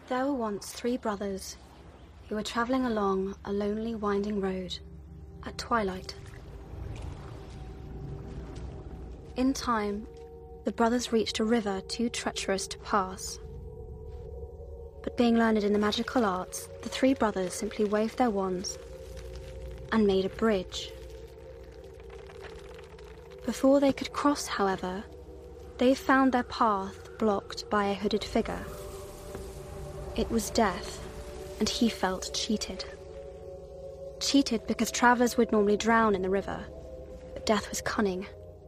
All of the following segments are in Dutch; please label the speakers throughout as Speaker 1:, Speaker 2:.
Speaker 1: There were once 3 brothers who were travelling along a lonely, winding road at twilight. In time, the brothers reached a river too treacherous to pass. But being learned in the magical arts, the 3 brothers simply waved their wands and made a bridge. Before they could cross, however, they found their path blocked by a hooded figure. It was Death, and he felt cheated. Cheated because travellers would normally drown in the river, but Death was cunning.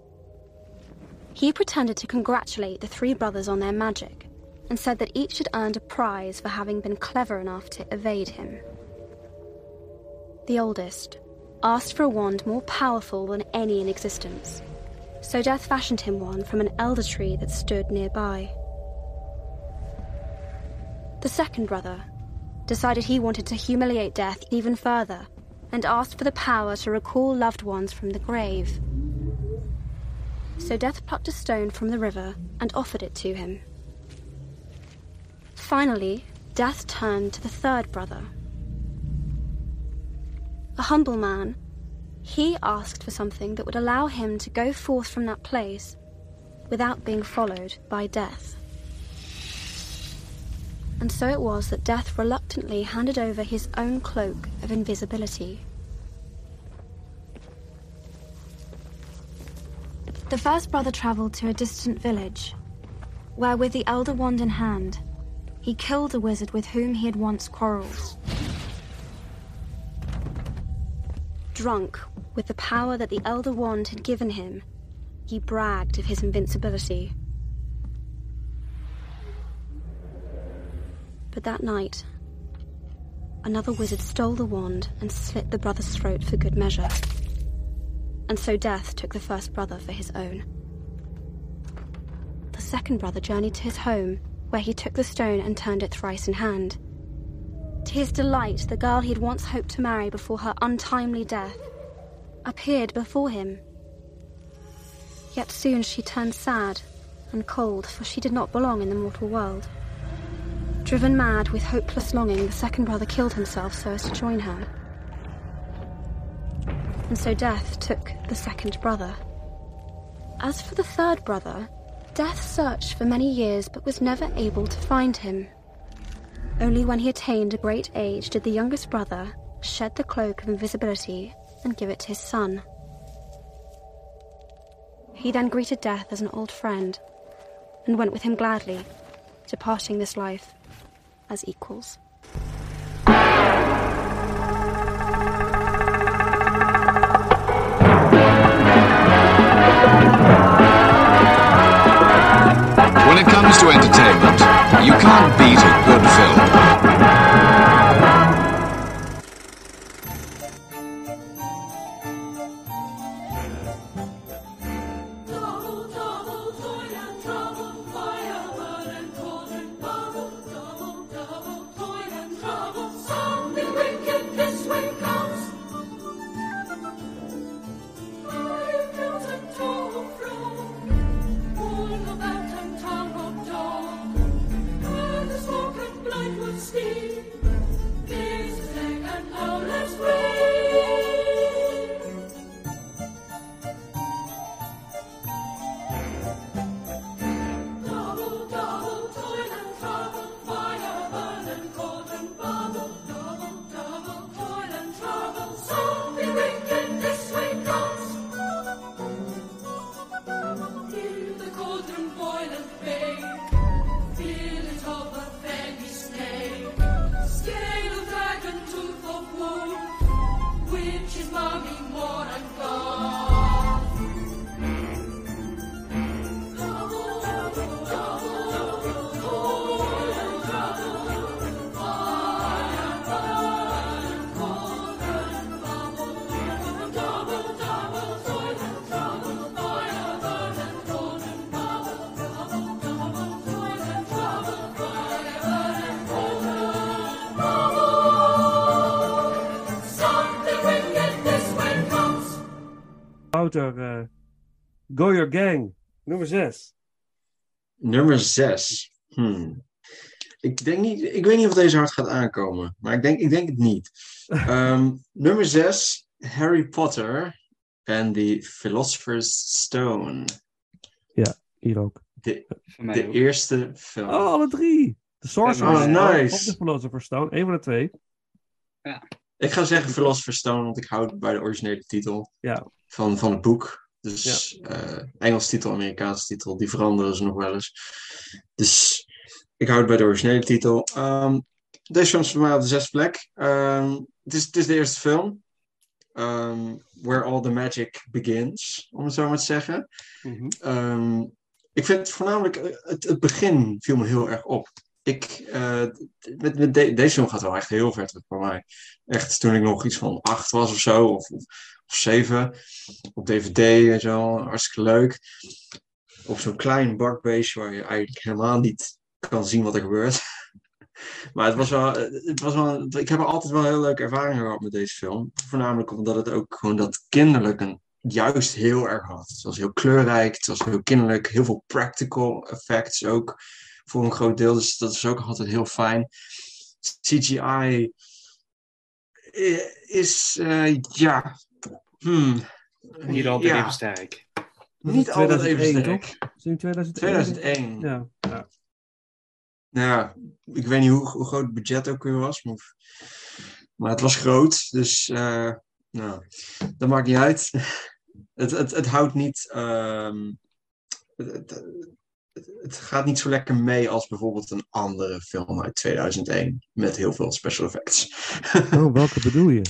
Speaker 1: He pretended to congratulate the 3 brothers on their magic, and said that each had earned a prize for having been clever enough to evade him. The oldest asked for a wand more powerful than any in existence, so Death fashioned him one from an elder tree that stood nearby. The second brother decided he wanted to humiliate Death even further, and asked for the power to recall loved ones from the grave. So Death plucked a stone from the river and offered it to him. Finally, Death turned to the third brother. A humble man, he asked for something that would allow him to go forth from that place without being followed by Death. And so it was that Death reluctantly handed over his own cloak of invisibility. The first brother travelled to a distant village, where with the elder wand in hand, he killed a wizard with whom he had once quarrelled. Drunk with the power that the elder wand had given him, he bragged of his invincibility. But that night, another wizard stole the wand and slit the brother's throat for good measure. And so Death took the first brother for his own. The second brother journeyed to his home, where he took the stone and turned it thrice in hand. To his delight, the girl he had once hoped to marry before her untimely death appeared before him. Yet soon she turned sad and cold, for she did not belong in the mortal world. Driven mad with hopeless longing, the second brother killed himself so as to join her. And so Death took the second brother. As for the third brother, Death searched for many years but was never able to find him. Only when he attained a great age did the youngest brother shed the cloak of invisibility and give it to his son. He then greeted Death as an old friend and went with him gladly, departing this life as equals.
Speaker 2: When it comes to entertainment, you can't beat a good film.
Speaker 3: Go Your Gang, nummer 6.
Speaker 4: Nummer 6.
Speaker 3: Ik weet niet of deze hard gaat aankomen. Maar ik denk het niet. Nummer 6. Harry Potter en The Philosopher's Stone.
Speaker 4: Ja, hier ook.
Speaker 5: Voor mij
Speaker 3: De
Speaker 5: ook.
Speaker 3: eerste film.
Speaker 4: Oh, alle 3. The Sorcerer's
Speaker 3: Oh,
Speaker 4: Stone
Speaker 3: nice.
Speaker 4: of The Philosopher's Stone. Eén van de 2.
Speaker 3: Ik ga zeggen Philosopher's Stone, want ik hou bij de originele titel
Speaker 4: Ja.
Speaker 3: van het boek. Dus Engels titel, Amerikaanse titel, die veranderen ze nog wel eens. Dus ik hou het bij de originele titel. Deze film is voor mij op de 6e plek. Het is de eerste film. Where all the magic begins, om het zo maar te zeggen. Ik vind het voornamelijk, het begin viel me heel erg op. Deze film gaat wel echt heel ver terug voor mij. Echt toen ik nog iets van 8 was of zo, of 7, op DVD en zo, hartstikke leuk. Op zo'n klein bakbeestje waar je eigenlijk helemaal niet kan zien wat er gebeurt. Maar het was wel, ik heb er altijd wel heel leuke ervaringen gehad met deze film. Voornamelijk omdat het ook gewoon dat kinderlijke juist heel erg had. Het was heel kleurrijk, het was heel kinderlijk, heel veel practical effects ook voor een groot deel. Dus dat is ook altijd heel fijn. CGI is,
Speaker 5: Niet altijd even sterk.
Speaker 3: Niet altijd even
Speaker 4: 2001,
Speaker 3: sterk.
Speaker 4: toch? Is het in 2001?
Speaker 3: 2001.
Speaker 4: Ja.
Speaker 3: Nou, ik weet niet hoe groot het budget ook weer was. Maar het was groot. Dus dat maakt niet uit. Het houdt niet... Het gaat niet zo lekker mee als bijvoorbeeld een andere film uit 2001. Met heel veel special effects.
Speaker 4: Oh, welke bedoel je?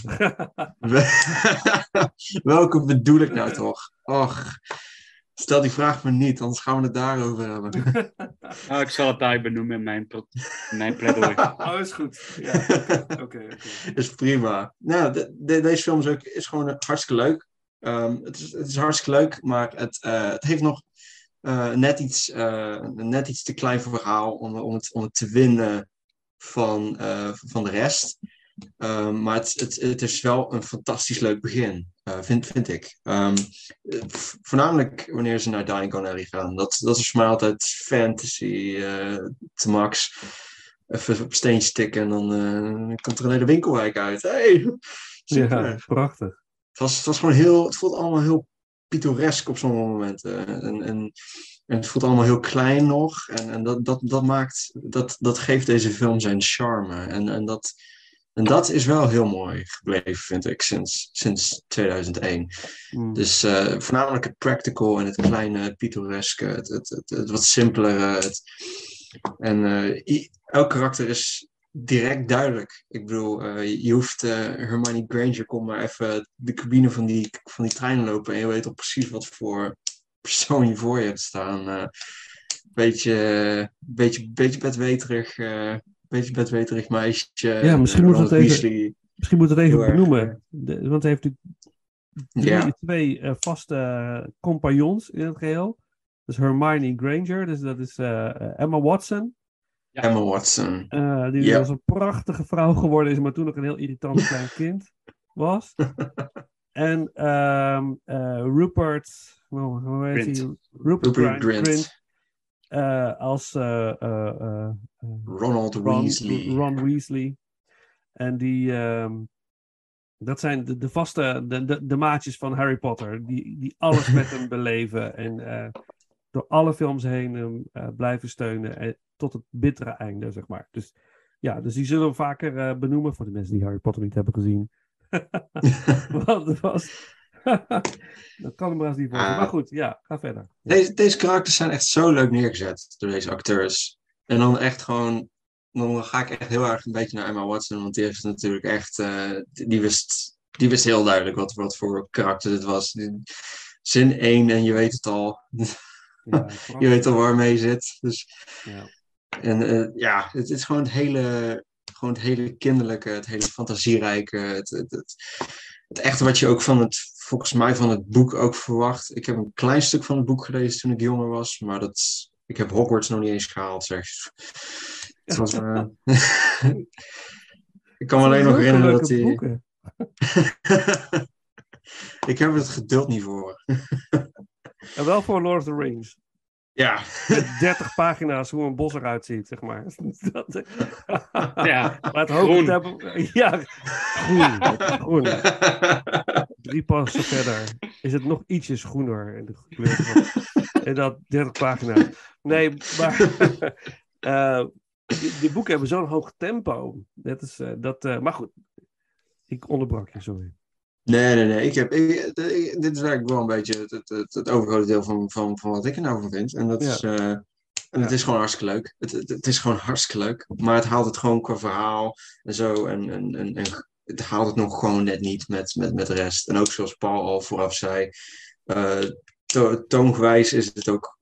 Speaker 3: Welke bedoel ik nou toch? Och, stel die vraag me niet, anders gaan we het daarover hebben.
Speaker 5: Ik zal het daar benoemen in mijn pleidooi.
Speaker 4: Oh, is goed. Ja, oké.
Speaker 3: Is prima. Nou, deze film is gewoon hartstikke leuk. Het is hartstikke leuk, maar het heeft nog net iets te klein verhaal om het te winnen van de rest. Maar het is wel een fantastisch leuk begin, vind ik. Voornamelijk wanneer ze naar Diagon Alley gaan. Dat is voor mij altijd fantasy te max. Even op steentje tikken en dan komt er een hele winkelwijk uit. Hey, super.
Speaker 4: Ja, prachtig.
Speaker 3: Het was gewoon het voelt allemaal heel pittoresk op sommige momenten. En het voelt allemaal heel klein nog. En dat geeft deze film zijn charme. En dat is wel heel mooi gebleven, vind ik, sinds 2001. Dus voornamelijk het practical en het kleine pittoreske, het wat simpelere. Elk karakter is direct duidelijk. Ik bedoel, je hoeft Hermione Granger, kom maar even de cabine van die trein lopen en je weet al precies wat voor persoon je voor je hebt staan. Beetje bedweterig meisje.
Speaker 4: Ja, misschien moet het even benoemen. Want hij heeft natuurlijk twee vaste compagnons in het geheel. Dus Hermione Granger, dus dat is Emma Watson.
Speaker 5: Ja.
Speaker 3: Emma Watson.
Speaker 4: Die was een prachtige vrouw geworden is, maar toen nog een heel irritant klein kind was. En Rupert Grint. Als
Speaker 3: Ronald Weasley.
Speaker 4: Ron Weasley. En die... dat zijn de vaste... De maatjes van Harry Potter. Die alles met hem beleven. En door alle films heen blijven steunen. Tot het bittere einde, zeg maar. Dus die zullen we vaker benoemen. Voor de mensen die Harry Potter niet hebben gezien. Want het was... dat kan hem maar eens niet worden. Maar goed, ga verder.
Speaker 3: Deze karakters zijn echt zo leuk neergezet door deze acteurs. En dan echt gewoon... Dan ga ik echt heel erg een beetje naar Emma Watson. Want die heeft natuurlijk echt... die wist heel duidelijk wat voor karakter dit was. Zin 1 en je weet het al. Ja, je weet al waarmee je zit. Dus, en het is gewoon het hele kinderlijke, het hele fantasierijke, het echte wat je ook volgens mij van het boek ook verwacht. Ik heb een klein stuk van het boek gelezen toen ik jonger was, maar ik heb Hogwarts nog niet eens gehaald, zeg. Het was, ik kan me alleen nog herinneren dat hij... Ik heb het geduld niet voor.
Speaker 4: En wel voor Lord of the Rings.
Speaker 3: Ja.
Speaker 4: Met 30 pagina's hoe een bos eruit ziet, zeg maar. Dat,
Speaker 5: Ja,
Speaker 4: maar het hoge
Speaker 5: groen.
Speaker 4: tempo... Ja, groen. 3 passen verder is het nog ietsjes groener in de kleur van. En dat 30 pagina's. Nee, maar die boeken hebben zo'n hoog tempo. Dat is, maar goed, ik onderbrak je, sorry.
Speaker 3: Nee. Dit is eigenlijk wel een beetje het overgrote deel van wat ik er nou van vind. En dat
Speaker 4: Ja.
Speaker 3: is... het is gewoon hartstikke leuk. Het is gewoon hartstikke leuk. Maar het haalt het gewoon qua verhaal en zo. En het haalt het nog gewoon net niet met de rest. En ook zoals Paul al vooraf zei. Toongewijs is het ook...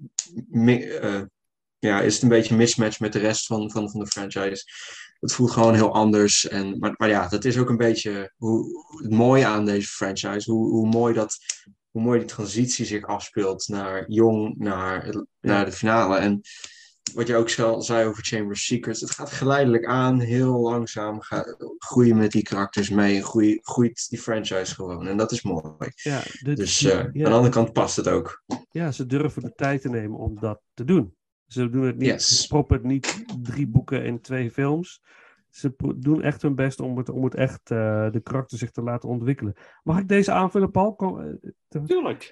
Speaker 3: is het een beetje een mismatch met de rest van de franchise. Het voelt gewoon heel anders. Maar ja, dat is ook een beetje het mooie aan deze franchise. Hoe mooi die transitie zich afspeelt naar jong, naar de finale. En wat je ook zei over Chamber of Secrets. Het gaat geleidelijk aan, heel langzaam groeien met die karakters mee. Groeit die franchise gewoon. En dat is mooi.
Speaker 4: Ja,
Speaker 3: aan de andere kant past het ook.
Speaker 4: Ja, ze durven de tijd te nemen om dat te doen. Ze doen het niet, Ze proppen het niet 3 boeken en 2 films. Ze doen echt hun best om het echt de karakter zich te laten ontwikkelen. Mag ik deze aanvullen, Paul?
Speaker 5: Tuurlijk.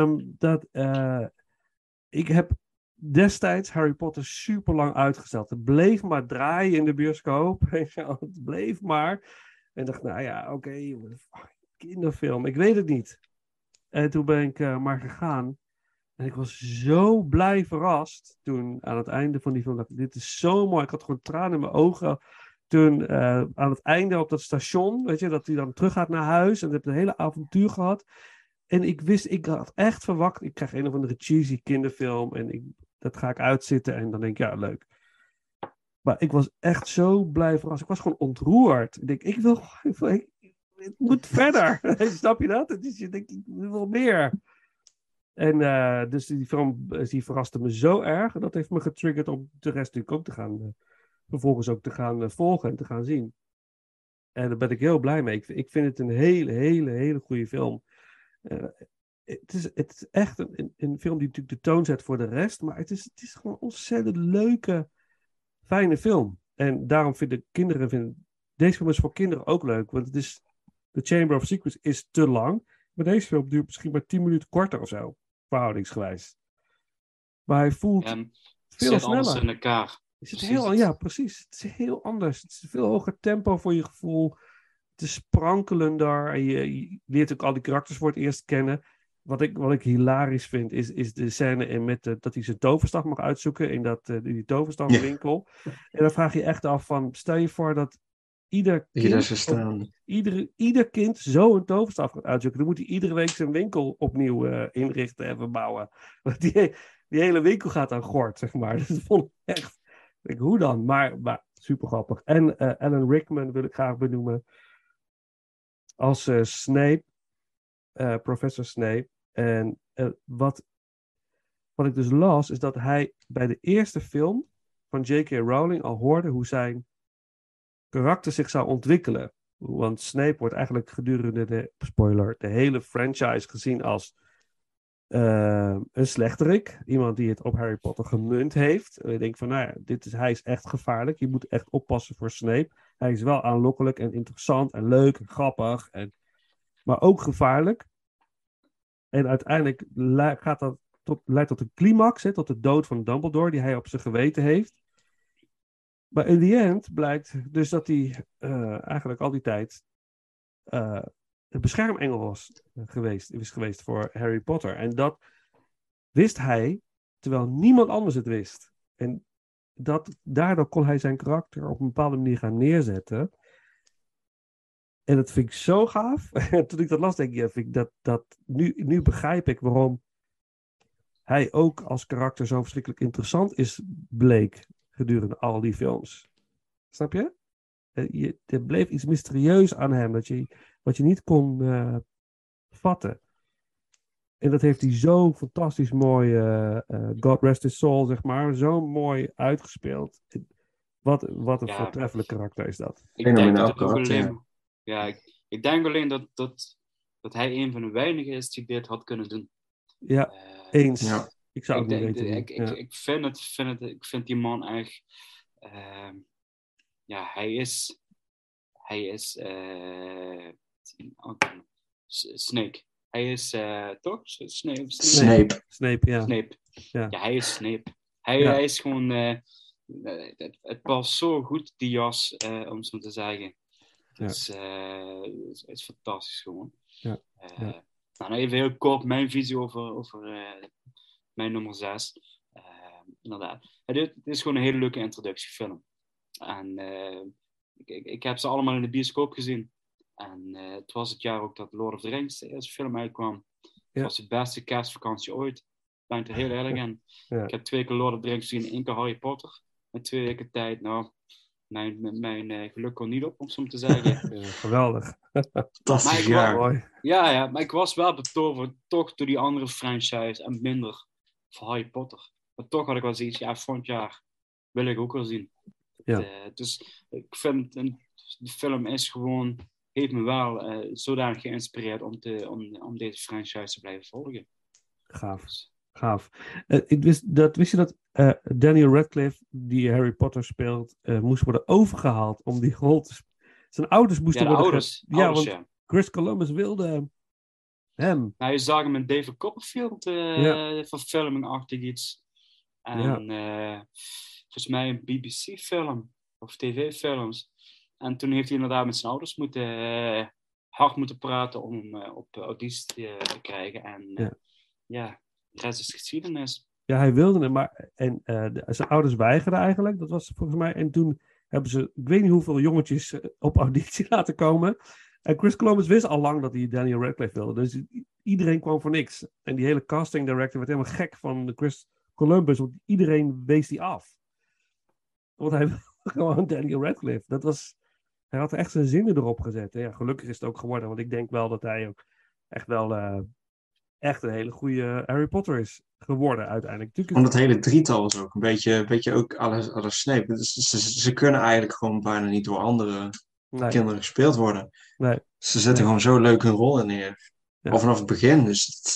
Speaker 4: Ik heb destijds Harry Potter super lang uitgesteld. Het bleef maar draaien in de bioscoop. Het bleef maar. En dacht, nou ja, oké, kinderfilm. Ik weet het niet. En toen ben ik maar gegaan. En ik was zo blij verrast toen aan het einde van die film. Dacht, dit is zo mooi. Ik had gewoon tranen in mijn ogen. Toen aan het einde op dat station, weet je, dat hij dan terug gaat naar huis. En dat heb een hele avontuur gehad. En ik had echt verwacht, ik krijg een of andere cheesy kinderfilm. En dat ga ik uitzitten en dan denk ik, ja, leuk. Maar ik was echt zo blij verrast. Ik was gewoon ontroerd. Ik denk, het moet verder. Snap je dat? Dus je denkt, ik wil meer. En dus die film die verraste me zo erg. En dat heeft me getriggerd om de rest natuurlijk ook te gaan... vervolgens ook te gaan volgen en te gaan zien. En daar ben ik heel blij mee. Ik vind het een hele goede film. Het is echt een film die natuurlijk de toon zet voor de rest. Maar het is gewoon een ontzettend leuke, fijne film. En daarom vinden deze film is voor kinderen ook leuk. Want het is... The Chamber of Secrets is te lang. Maar deze film duurt misschien maar 10 minuten korter of zo. Verhoudingsgewijs. Maar hij voelt veel sneller.
Speaker 5: Alles in elkaar.
Speaker 4: Ja, precies. Het is heel anders. Het is een veel hoger tempo voor je gevoel. Het is sprankelender. En je leert ook al die karakters voor het eerst kennen. Wat ik hilarisch vind, is de scène dat hij zijn toverstaf mag uitzoeken in die toverstafwinkel. Ja. En dan vraag je echt af van, stel je voor dat ieder kind zo een toverstaf gaat uitzoeken. Dan moet hij iedere week zijn winkel opnieuw inrichten en verbouwen. Want die hele winkel gaat aan gort, zeg maar. Dus dat vond ik echt... hoe dan? Maar super grappig. En Alan Rickman wil ik graag benoemen. Als Snape. Professor Snape. En wat ik dus las, is dat hij bij de eerste film van J.K. Rowling al hoorde hoe zijn karakter zich zou ontwikkelen. Want Snape wordt eigenlijk gedurende de hele franchise gezien als een slechterik. Iemand die het op Harry Potter gemunt heeft. En je denkt van, nou ja, hij is echt gevaarlijk. Je moet echt oppassen voor Snape. Hij is wel aanlokkelijk en interessant en leuk en grappig. Maar ook gevaarlijk. En uiteindelijk leidt tot een climax, tot de dood van Dumbledore, die hij op zijn geweten heeft. Maar in the end blijkt dus dat hij eigenlijk al die tijd een beschermengel is geweest voor Harry Potter. En dat wist hij, terwijl niemand anders het wist. En daardoor kon hij zijn karakter op een bepaalde manier gaan neerzetten. En dat vind ik zo gaaf. Toen ik dat las, denk ik, nu begrijp ik waarom hij ook als karakter zo verschrikkelijk interessant bleek gedurende al die films. Snap je? Er bleef iets mysterieus aan hem, wat je niet kon vatten. En dat heeft hij zo fantastisch mooi, God rest his soul, zeg maar, zo mooi uitgespeeld. Wat een voortreffelijk karakter is dat.
Speaker 5: Ik denk dat het ook alleen... Ja, ik denk alleen dat hij een van de weinigen is die dit had kunnen doen.
Speaker 4: Ja, eens. Ik zou ook niet weten wie.
Speaker 5: Ik vind die man echt... hij is Snake. Hij is toch? Snape.
Speaker 4: Snape, ja.
Speaker 5: Snape.
Speaker 4: Ja.
Speaker 5: Ja, hij is Snape. Hij is gewoon... het past zo goed, die jas, om het zo te zeggen. Het is fantastisch gewoon.
Speaker 4: Ja.
Speaker 5: Nou, even heel kort mijn visie over mijn nummer 6. Inderdaad. Het is gewoon een hele leuke introductiefilm. En ik heb ze allemaal in de bioscoop gezien. En het was het jaar ook dat Lord of the Rings, de eerste film, uitkwam. Het was de beste kerstvakantie ooit. Ben ik er heel eerlijk in.
Speaker 4: Ja.
Speaker 5: Ik heb 2 keer Lord of the Rings gezien, 1 keer Harry Potter. In 2 weken tijd, nou, mijn geluk kon niet op, om zo te zeggen.
Speaker 4: Ja, geweldig.
Speaker 3: Fantastisch jaar.
Speaker 4: Mooi.
Speaker 5: Ja, maar ik was wel betoverd, toch door die andere franchise en minder voor Harry Potter. Maar toch had ik wel zoiets, volgend jaar wil ik ook wel zien.
Speaker 4: Ja.
Speaker 5: Dus ik vind, de film heeft me wel zodanig geïnspireerd om deze franchise te blijven volgen.
Speaker 4: Gaaf. Wist je dat Daniel Radcliffe, die Harry Potter speelt, moest worden overgehaald om die rol te spelen? Zijn ouders moesten worden...
Speaker 5: Ouders,
Speaker 4: want Chris Columbus wilde hem.
Speaker 5: Nou, je zag hem in David Copperfield verfilming-achtig iets. En volgens mij een BBC-film of tv-films. En toen heeft hij inderdaad met zijn ouders hard moeten praten om hem op auditie te krijgen. En de rest is geschiedenis.
Speaker 4: Ja, hij wilde hem, maar zijn ouders weigerden eigenlijk. Dat was volgens mij. En toen hebben ze, ik weet niet hoeveel jongetjes op auditie laten komen. En Chris Columbus wist al lang dat hij Daniel Radcliffe wilde. Dus iedereen kwam voor niks. En die hele casting director werd helemaal gek van Chris Columbus. Want iedereen wees die af. Want hij wilde gewoon Daniel Radcliffe. Hij had er echt zijn zinnen erop gezet. Ja, gelukkig is het ook geworden. Want ik denk wel dat hij ook echt wel... echt een hele goede Harry Potter is geworden uiteindelijk.
Speaker 3: Want het hele drietal is ook een beetje ook alles Snape. Dus ze kunnen eigenlijk gewoon bijna niet door andere kinderen gespeeld worden.
Speaker 4: Nee.
Speaker 3: Ze zetten gewoon zo leuk hun rol in neer.
Speaker 4: Ja.
Speaker 3: Al vanaf het begin.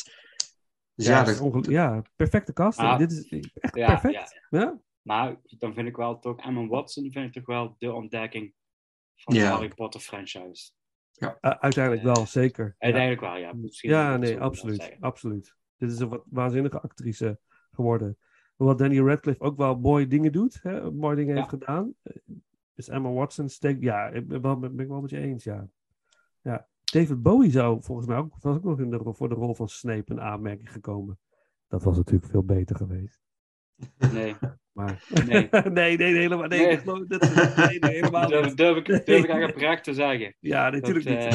Speaker 4: Perfecte casting. Dit is echt perfect. Ja.
Speaker 5: Maar dan vind ik wel toch Emma Watson toch wel de ontdekking van de Harry Potter franchise.
Speaker 3: Ja.
Speaker 4: Uiteindelijk wel, zeker.
Speaker 5: Uiteindelijk wel, ja.
Speaker 4: Misschien absoluut. Dit is een wat waanzinnige actrice geworden. Wat Daniel Radcliffe ook wel mooie dingen doet, mooie dingen heeft gedaan. Dus Emma Watson steekt, ik ben ik wel met je eens, ja. David Bowie zou volgens mij was ook nog voor de rol van Snape een aanmerking gekomen. Dat was natuurlijk veel beter geweest.
Speaker 5: Nee.
Speaker 4: Maar...
Speaker 5: Nee,
Speaker 4: helemaal nee. Helemaal niet.
Speaker 5: Durf ik eigenlijk oprecht te zeggen.
Speaker 4: Ja, natuurlijk niet.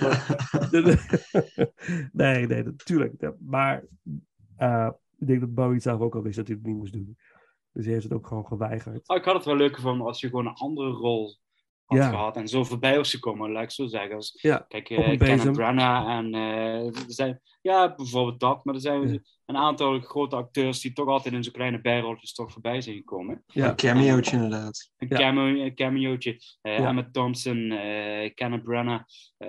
Speaker 4: Nee, natuurlijk. Maar ik denk dat Bowie zelf ook al wist dat hij het niet moest doen. Dus hij heeft het ook gewoon geweigerd.
Speaker 5: Ik had het wel leuk gevonden als je gewoon een andere rol had gehad en zo voorbij was gekomen, laat ik zo zeggen. Kijk, Kenneth Branagh en er zijn, bijvoorbeeld dat, maar er zijn een aantal grote acteurs die toch altijd in zo'n kleine bijrolletjes toch voorbij zijn gekomen.
Speaker 3: Ja, een cameootje inderdaad.
Speaker 5: Een cameootje. Emma Thompson, Kenneth Branagh.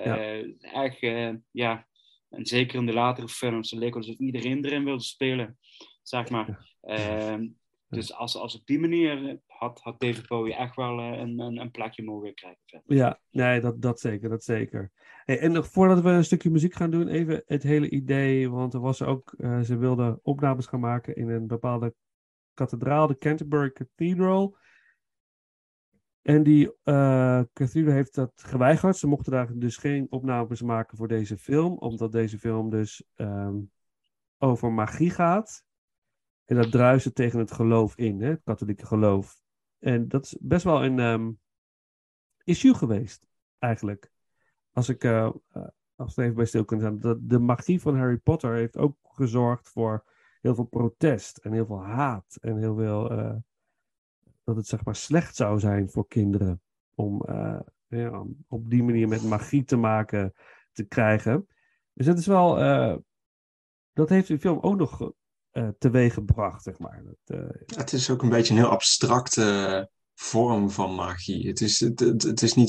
Speaker 5: En zeker in de latere films, het leek alsof iedereen erin wilde spelen, zeg maar. Dus als op die manier had David Bowie echt wel een plekje mogen krijgen.
Speaker 4: Ja, nee, dat zeker. Hey, en nog voordat we een stukje muziek gaan doen, even het hele idee, want er was ook, ze wilden opnames gaan maken in een bepaalde kathedraal, de Canterbury Cathedral. En die cathedral heeft dat geweigerd. Ze mochten daar dus geen opnames maken voor deze film, omdat deze film dus over magie gaat. En dat druist tegen het geloof in, het katholieke geloof. En dat is best wel een issue geweest, eigenlijk. Als we even bij stil kunnen staan. De magie van Harry Potter heeft ook gezorgd voor heel veel protest en heel veel haat. En heel veel dat het zeg maar slecht zou zijn voor kinderen. Om op die manier met magie te krijgen. Dus het is wel... dat heeft de film ook nog... teweeg gebracht, zeg maar.
Speaker 3: Het is ook een beetje een heel abstracte vorm van magie. Het is niet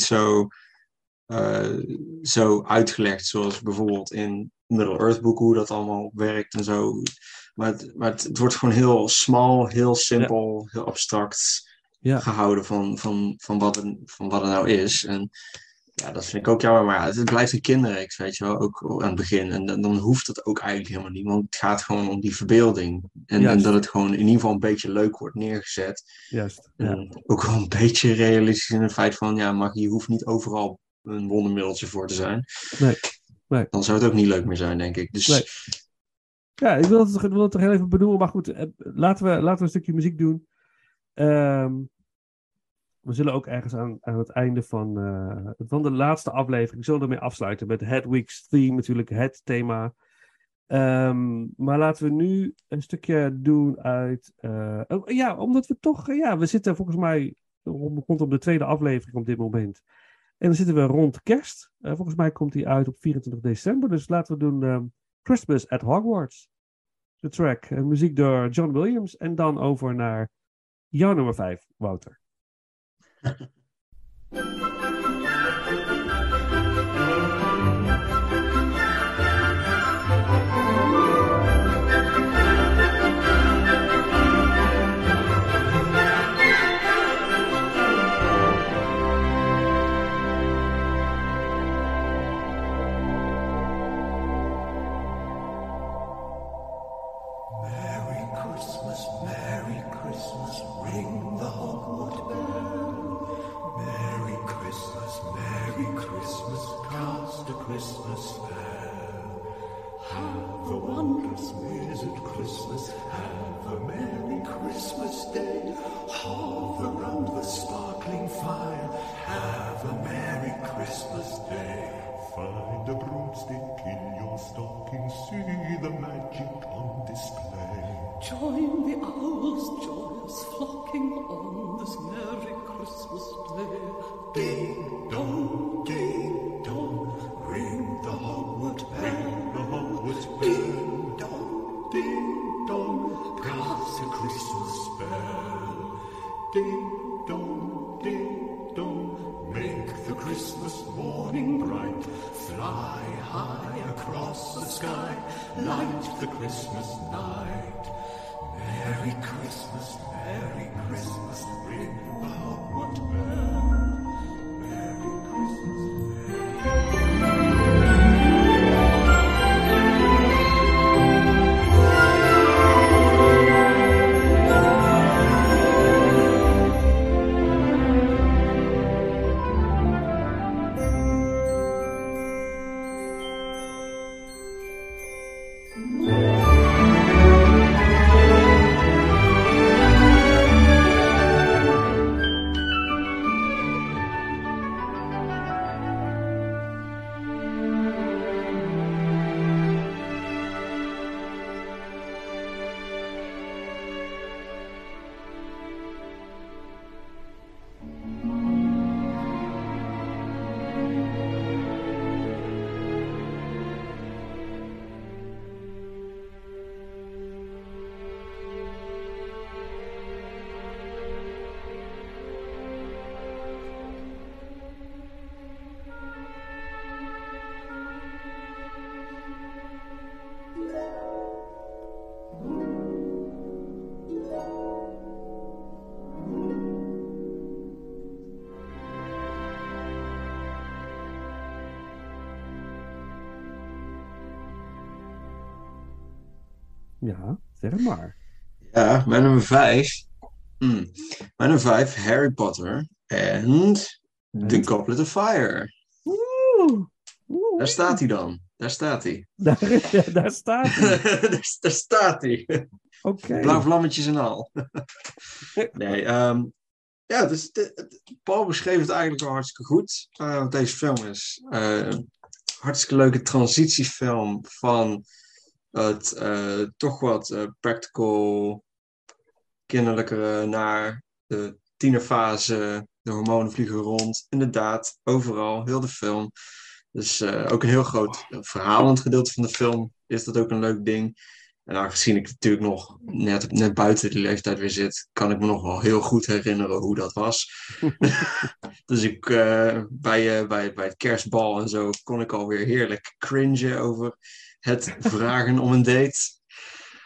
Speaker 3: zo uitgelegd zoals bijvoorbeeld in Middle-earth boeken hoe dat allemaal werkt en zo. Maar het wordt gewoon heel smal, heel simpel, heel abstract gehouden van wat het nou is. En ja, dat vind ik ook jammer. Maar het blijft een kinderreeks, weet je wel, ook aan het begin. En dan hoeft het ook eigenlijk helemaal niet. Want het gaat gewoon om die verbeelding. En dat het gewoon in ieder geval een beetje leuk wordt neergezet.
Speaker 4: Juist.
Speaker 3: En ook wel een beetje realistisch in het feit van, ja, magie hoeft niet overal een wondermiddeltje voor te zijn.
Speaker 4: Nee.
Speaker 3: Dan zou het ook niet leuk meer zijn, denk ik. Dus...
Speaker 4: Nee. Ja, ik wil het toch heel even benoemen. Maar goed, laten we een stukje muziek doen. We zullen ook ergens aan het einde van de laatste aflevering zullen we ermee afsluiten met Hedwig's Theme, natuurlijk het thema. Maar laten we nu een stukje doen uit... omdat we toch... we zitten volgens mij rondom de tweede aflevering op dit moment. En dan zitten we rond kerst. Volgens mij komt die uit op 24 december. Dus laten we doen Christmas at Hogwarts. De track. Muziek door John Williams. En dan over naar jouw nummer 5, Wouter.
Speaker 6: Merry Christmas, ring the Hogwarts bell. Merry Christmas, cast a Christmas spell. Have a wondrous visit Christmas, have a merry Christmas day. Hover round the sparkling fire, have a merry Christmas day. Find a broomstick in your stocking, see the magic on display.
Speaker 7: Join the owls joyous flocking on this merry Christmas day.
Speaker 6: Ding dong, ring the Hogwarts bell. Ding dong, cast a Christmas spell. Ding dong, make the Christmas morning bright. Fly high across the sky, light the Christmas night. Merry Christmas, ring the Hogwarts bell. Merry Christmas.
Speaker 4: Ja, zeg het maar.
Speaker 3: Ja, mijn nummer 5. Mijn nummer 5, Harry Potter en The Goblet of Fire. Daar staat hij dan. Daar staat hij.
Speaker 4: Daar staat hij.
Speaker 3: Daar staat hij.
Speaker 4: Oké.
Speaker 3: Blauw vlammetjes en al. Nee, ja, dus Paul beschreef het eigenlijk wel hartstikke goed. Want deze film is een hartstikke leuke transitiefilm van het toch wat practical kinderlijkere naar de tienerfase. De hormonen vliegen rond. Inderdaad, overal, heel de film. Dus ook een heel groot verhalend gedeelte van de film is dat ook een leuk ding. En aangezien ik natuurlijk nog net buiten die leeftijd weer zit, kan ik me nog wel heel goed herinneren hoe dat was. Dus ik bij het kerstbal en zo kon ik alweer heerlijk cringen over het vragen om een date.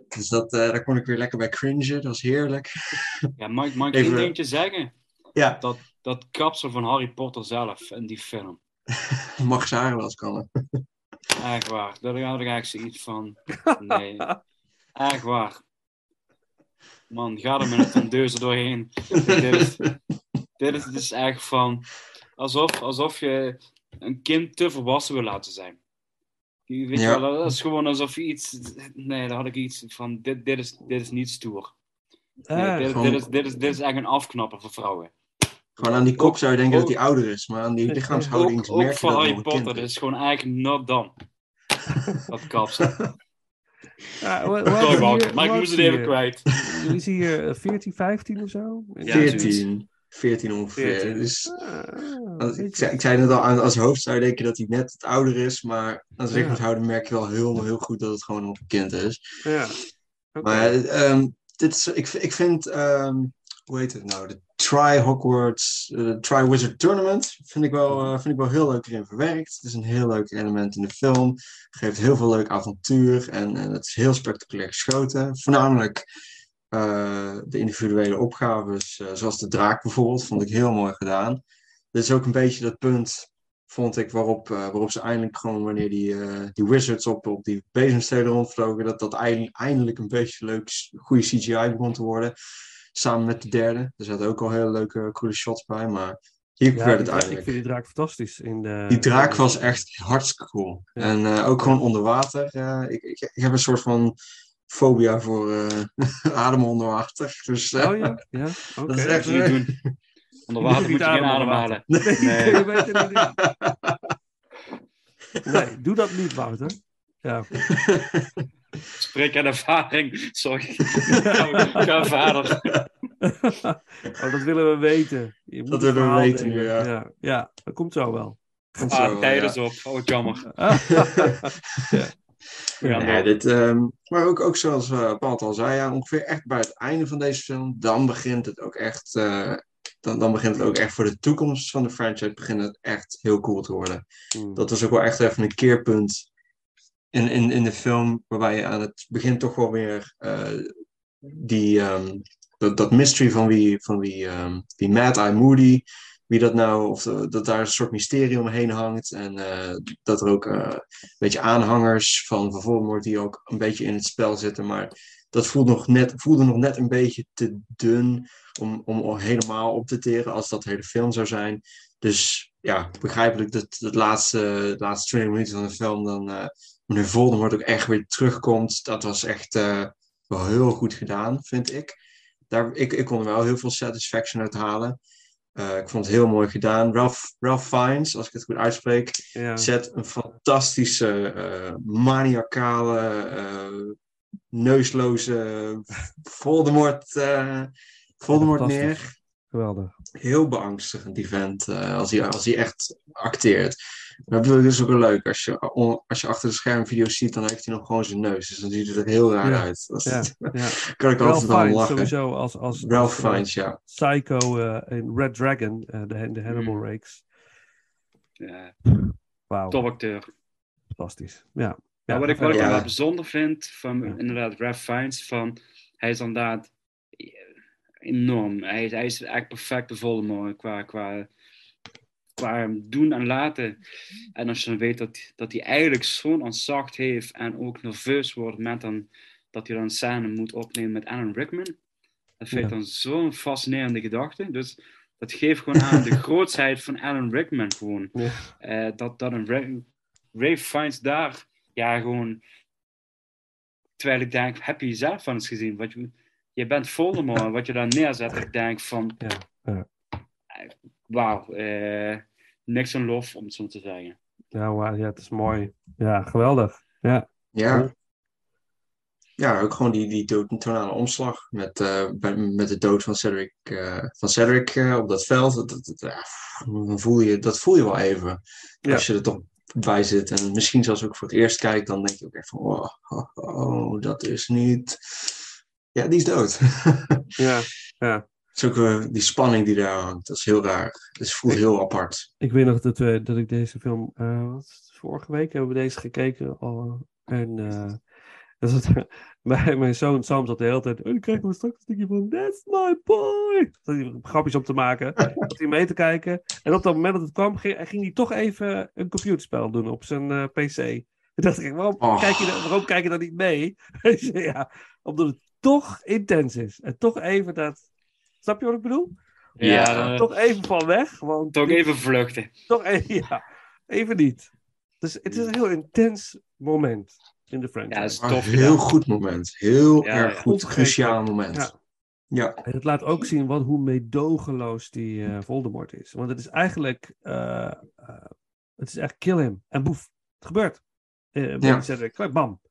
Speaker 3: Dus daar kon ik weer lekker bij cringen. Dat was heerlijk.
Speaker 5: Ja, mag ik
Speaker 3: Even-
Speaker 5: één dingetje zeggen?
Speaker 3: Ja,
Speaker 5: Dat kapsel van Harry Potter zelf in die film.
Speaker 3: mag zaren als kan.
Speaker 5: Echt waar. Daar had ik eigenlijk zoiets van. Nee. Echt waar. Man, ga er met een tondeuze doorheen. Dit is echt van... Alsof je een kind te volwassen wil laten zijn. Weet je
Speaker 3: Ja.
Speaker 5: wel, dat is gewoon alsof je iets... Nee, daar had ik iets van... Dit is niet stoer. Nee,
Speaker 3: gewoon-
Speaker 5: dit is echt een afknapper voor vrouwen.
Speaker 3: Gewoon aan die kop zou je denken
Speaker 5: ook-
Speaker 3: dat hij ouder is. Maar aan die lichaamshouding
Speaker 5: Ook
Speaker 3: merk je
Speaker 5: voor
Speaker 3: dat het
Speaker 5: Harry
Speaker 3: nog een kind
Speaker 5: Potter. Dit
Speaker 3: is.
Speaker 5: is gewoon eigenlijk not done. Dat kapsel.
Speaker 4: Ja,
Speaker 5: Sorry Wouter, maar ik moest het even kwijt.
Speaker 4: Wie is hier 14, 15 of zo?
Speaker 5: Ja,
Speaker 3: 14 ongeveer.
Speaker 4: 14.
Speaker 3: Dus,
Speaker 4: Ah,
Speaker 3: ik zei net al, als hoofd zou je denken dat hij net het ouder is. Maar aan zijn
Speaker 4: Ja.
Speaker 3: lichaamshouding merk je wel heel goed dat het gewoon nog een kind is.
Speaker 4: Ja. Oké.
Speaker 3: Maar dit is, ik vind, hoe heet het nou? De Tri-Wizard Tournament vind ik wel heel leuk erin verwerkt. Het is een heel leuk element in de film. Geeft heel veel leuk avontuur en het is heel spectaculair geschoten. Voornamelijk de individuele opgaves, zoals de draak bijvoorbeeld, vond ik heel mooi gedaan. Dit is ook een beetje dat punt, vond ik, waarop ze eindelijk gewoon, wanneer die wizards op die bezemstelen rondvlogen, dat eindelijk een beetje leuk, goede CGI begon te worden. Samen met de derde. Er zaten ook al hele leuke, coole shots bij, maar hier
Speaker 4: Ja,
Speaker 3: werd het
Speaker 4: ik
Speaker 3: eindelijk.
Speaker 4: vind die draak fantastisch.
Speaker 3: Die draak was echt hartstikke cool.
Speaker 4: Ja.
Speaker 3: En ook gewoon onder water. Ik heb een soort van fobia voor ademen onder water. Dus,
Speaker 4: Oh ja? Ja? Oké.
Speaker 3: dat is echt
Speaker 5: Moet je niet doen. Onder water moet je geen ademhalen.
Speaker 4: Nee, je weet het niet. Nee, doe dat niet, Wouter. Ja.
Speaker 5: Spreek aan ervaring. Sorry. Ga verder.
Speaker 4: Oh, dat willen we weten. Je moet
Speaker 3: Dat
Speaker 4: het
Speaker 3: willen we
Speaker 4: verhaal
Speaker 3: weten
Speaker 4: delen.
Speaker 3: nu, ja.
Speaker 4: Ja, dat komt zo wel.
Speaker 3: Komt zo,
Speaker 5: Tijdens
Speaker 3: ja.
Speaker 5: op. Oh, jammer.
Speaker 3: Ja, maar ook zoals Paul al zei, ja, ongeveer echt bij het einde van deze film, dan begint het ook echt, dan begint het ook echt voor de toekomst van de franchise, begint het echt heel cool te worden. Dat was ook wel echt even een keerpunt in de film, waarbij je aan het begin toch wel weer dat mystery van wie Mad Eye Moody, wie dat nou, of dat daar een soort mysterie omheen hangt. En dat er ook een beetje aanhangers van Voldemort die ook een beetje in het spel zitten. Maar dat voelde nog net een beetje te dun om helemaal op te teren als dat de hele film zou zijn. Dus ja, begrijpelijk dat de laatste 20 minuten van de film dan wanneer Voldemort ook echt weer terugkomt. Dat was echt wel heel goed gedaan, vind ik. Ik kon er wel heel veel satisfaction uit halen. Ik vond het heel mooi gedaan. Ralph Fiennes, als ik het goed uitspreek,
Speaker 4: Ja.
Speaker 3: zet een fantastische, maniacale, neusloze Voldemort
Speaker 4: Fantastisch.
Speaker 3: neer.
Speaker 4: Geweldig.
Speaker 3: Heel beangstigend, die vent, als hij echt acteert. Dat bedoel ik dus ook wel leuk. Als je achter de schermvideo's ziet, dan heeft hij nog gewoon zijn neus. Dus dan ziet het er heel raar
Speaker 4: Ja.
Speaker 3: uit. Dat
Speaker 4: Ja,
Speaker 3: is-
Speaker 4: ja.
Speaker 3: kan ik
Speaker 4: Ralph
Speaker 3: altijd wel
Speaker 4: Fiennes
Speaker 3: lachen.
Speaker 4: sowieso als
Speaker 3: Ralph Fiennes, ja.
Speaker 4: Psycho in Red Dragon, de Hannibal reeks.
Speaker 5: Ja,
Speaker 4: Wauw,
Speaker 5: topacteur.
Speaker 4: fantastisch. Ja.
Speaker 5: Ja, wat ik
Speaker 3: ja.
Speaker 5: wel bijzonder vind van
Speaker 4: Ja.
Speaker 5: inderdaad Ralph Fiennes, van hij is inderdaad enorm. Hij is echt perfecte Voldemort qua doen en laten. En als je dan weet dat hij eigenlijk zo'n ontzag heeft en ook nerveus wordt met dat hij dan een scène moet opnemen met Alan Rickman. Dat vind ik
Speaker 4: Ja.
Speaker 5: dan zo'n fascinerende gedachte. Dus dat geeft gewoon aan de grootsheid van Alan Rickman gewoon.
Speaker 4: Ja.
Speaker 5: Dat een Ralph Fiennes daar, ja, gewoon. Terwijl ik denk, heb je jezelf van eens gezien? Je bent Voldemort, wat je daar neerzet. Ik denk van,
Speaker 4: Ja.
Speaker 5: wauw, niks aan lof, om het zo te zeggen.
Speaker 4: Ja, wauw, ja, het is mooi. Ja, geweldig. Ja.
Speaker 3: Ja. Ja, ook gewoon die tonale omslag met de dood van Cedric op dat veld. Dat voel je wel even.
Speaker 4: Ja.
Speaker 3: Als je er toch bij zit en misschien zelfs ook voor het eerst kijkt, dan denk je ook echt van, oh, dat is niet... Ja, die is dood.
Speaker 4: Ja, ja.
Speaker 3: Het is ook die spanning die daar hangt. Dat is heel raar. Het voelt heel apart.
Speaker 4: Ik weet nog dat ik deze film... vorige week hebben we deze gekeken. En Dus mijn zoon Sam zat de hele tijd... dan krijgen we straks een stukje van... That's my boy! Zat hij grapjes op te maken. Zat hij mee te kijken. En op dat moment dat het kwam... ging hij toch even een computerspel doen op zijn PC. Toen dacht ik, waarom kijk je dan niet mee? Ja, omdat het toch intens is. En toch even dat... Snap je wat ik bedoel?
Speaker 5: Ja,
Speaker 4: Toch even van weg. Want
Speaker 5: toch even vluchten.
Speaker 4: Toch even, ja. Even niet. Dus het is een heel intens moment in de franchise.
Speaker 5: Ja, dat is
Speaker 3: Maar
Speaker 5: tof
Speaker 3: een heel
Speaker 5: gedaan.
Speaker 3: goed moment. Heel
Speaker 5: Ja,
Speaker 3: erg
Speaker 5: ja.
Speaker 3: goed,
Speaker 4: Onvergetelijk.
Speaker 3: cruciaal moment.
Speaker 4: Ja.
Speaker 3: Ja.
Speaker 4: En het laat ook zien hoe meedogenloos die Voldemort is. Want het is eigenlijk... het is echt kill him. En boef. Het gebeurt.
Speaker 3: Ja.
Speaker 4: Cedric. Bam.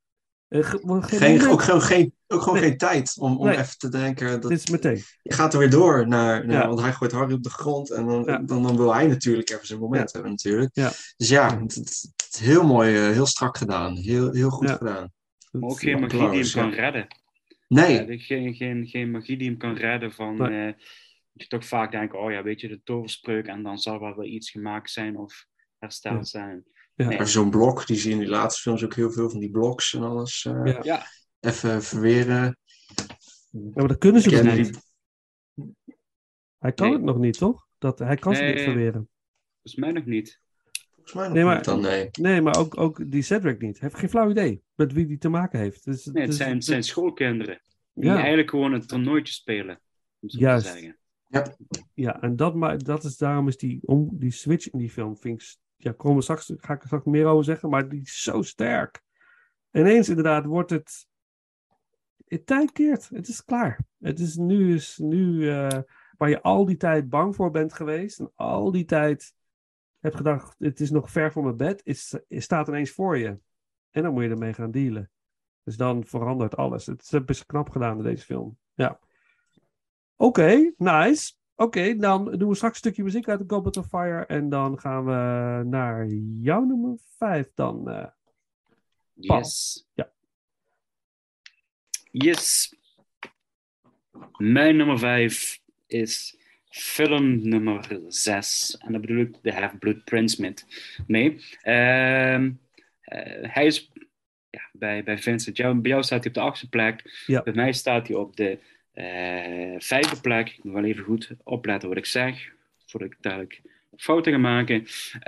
Speaker 3: Ook gewoon
Speaker 4: Nee.
Speaker 3: geen tijd om
Speaker 4: Nee.
Speaker 3: even te denken.
Speaker 4: Dit is meteen.
Speaker 3: Je gaat er weer door naar
Speaker 4: Ja.
Speaker 3: want hij gooit Harry op de grond. En
Speaker 4: Ja.
Speaker 3: dan wil hij natuurlijk even zijn moment hebben natuurlijk.
Speaker 4: Ja.
Speaker 3: Dus ja, het is heel mooi, heel strak gedaan. Heel goed
Speaker 4: Ja.
Speaker 3: gedaan.
Speaker 5: Maar ook geen magie die hem
Speaker 3: Applaus,
Speaker 5: kan
Speaker 3: ja.
Speaker 5: redden.
Speaker 3: Nee,
Speaker 5: Geen magie die hem kan redden van...
Speaker 4: Nee.
Speaker 5: dat je toch vaak denkt, oh ja, weet je, de toverspreuk en dan zal wel iets gemaakt zijn of hersteld zijn.
Speaker 4: Ja.
Speaker 5: Nee.
Speaker 3: maar zo'n blok, die zie je in die laatste films ook heel veel van die bloks en alles.
Speaker 4: Ja.
Speaker 5: Ja,
Speaker 3: Even verweren.
Speaker 4: Ja, maar dat kunnen ze nog
Speaker 3: Kennen
Speaker 4: niet. Hij kan
Speaker 5: Nee.
Speaker 4: het nog niet, toch? Hij kan ze niet
Speaker 5: Nee.
Speaker 4: verweren.
Speaker 5: volgens mij nog niet.
Speaker 3: Volgens mij nog
Speaker 4: Nee, maar-
Speaker 3: niet dan, nee.
Speaker 4: Nee, maar ook die Cedric niet. Hij heeft geen flauw idee met wie die te maken heeft. Dus,
Speaker 5: Nee, het zijn schoolkinderen die
Speaker 4: Ja.
Speaker 5: eigenlijk gewoon een toernooitje spelen. Om zo
Speaker 4: Juist.
Speaker 5: te zeggen.
Speaker 4: Ja, en daarom is die switch in die film, ga ik straks meer over zeggen, maar die is zo sterk. Ineens inderdaad wordt het tijd keert. Het is klaar. Het is nu waar je al die tijd bang voor bent geweest en al die tijd hebt gedacht, het is nog ver van mijn bed, staat ineens voor je. En dan moet je ermee gaan dealen. Dus dan verandert alles. Het is best knap gedaan in deze film. Ja. Oké, nice. Oké, dan doen we straks een stukje muziek uit de Goblet of Fire. En dan gaan we naar jouw nummer 5 dan. Paul.
Speaker 5: Yes.
Speaker 4: Ja.
Speaker 5: Yes. Mijn nummer 5 is film nummer 6. En daar bedoel ik The Half-Blood Prince mee. Hij is bij Vincent. Bij jou staat hij op de 8e plek.
Speaker 4: Ja.
Speaker 5: Bij mij staat hij op de 5e plek. Ik moet wel even goed opletten wat ik zeg. Voordat ik dadelijk fouten ga maken.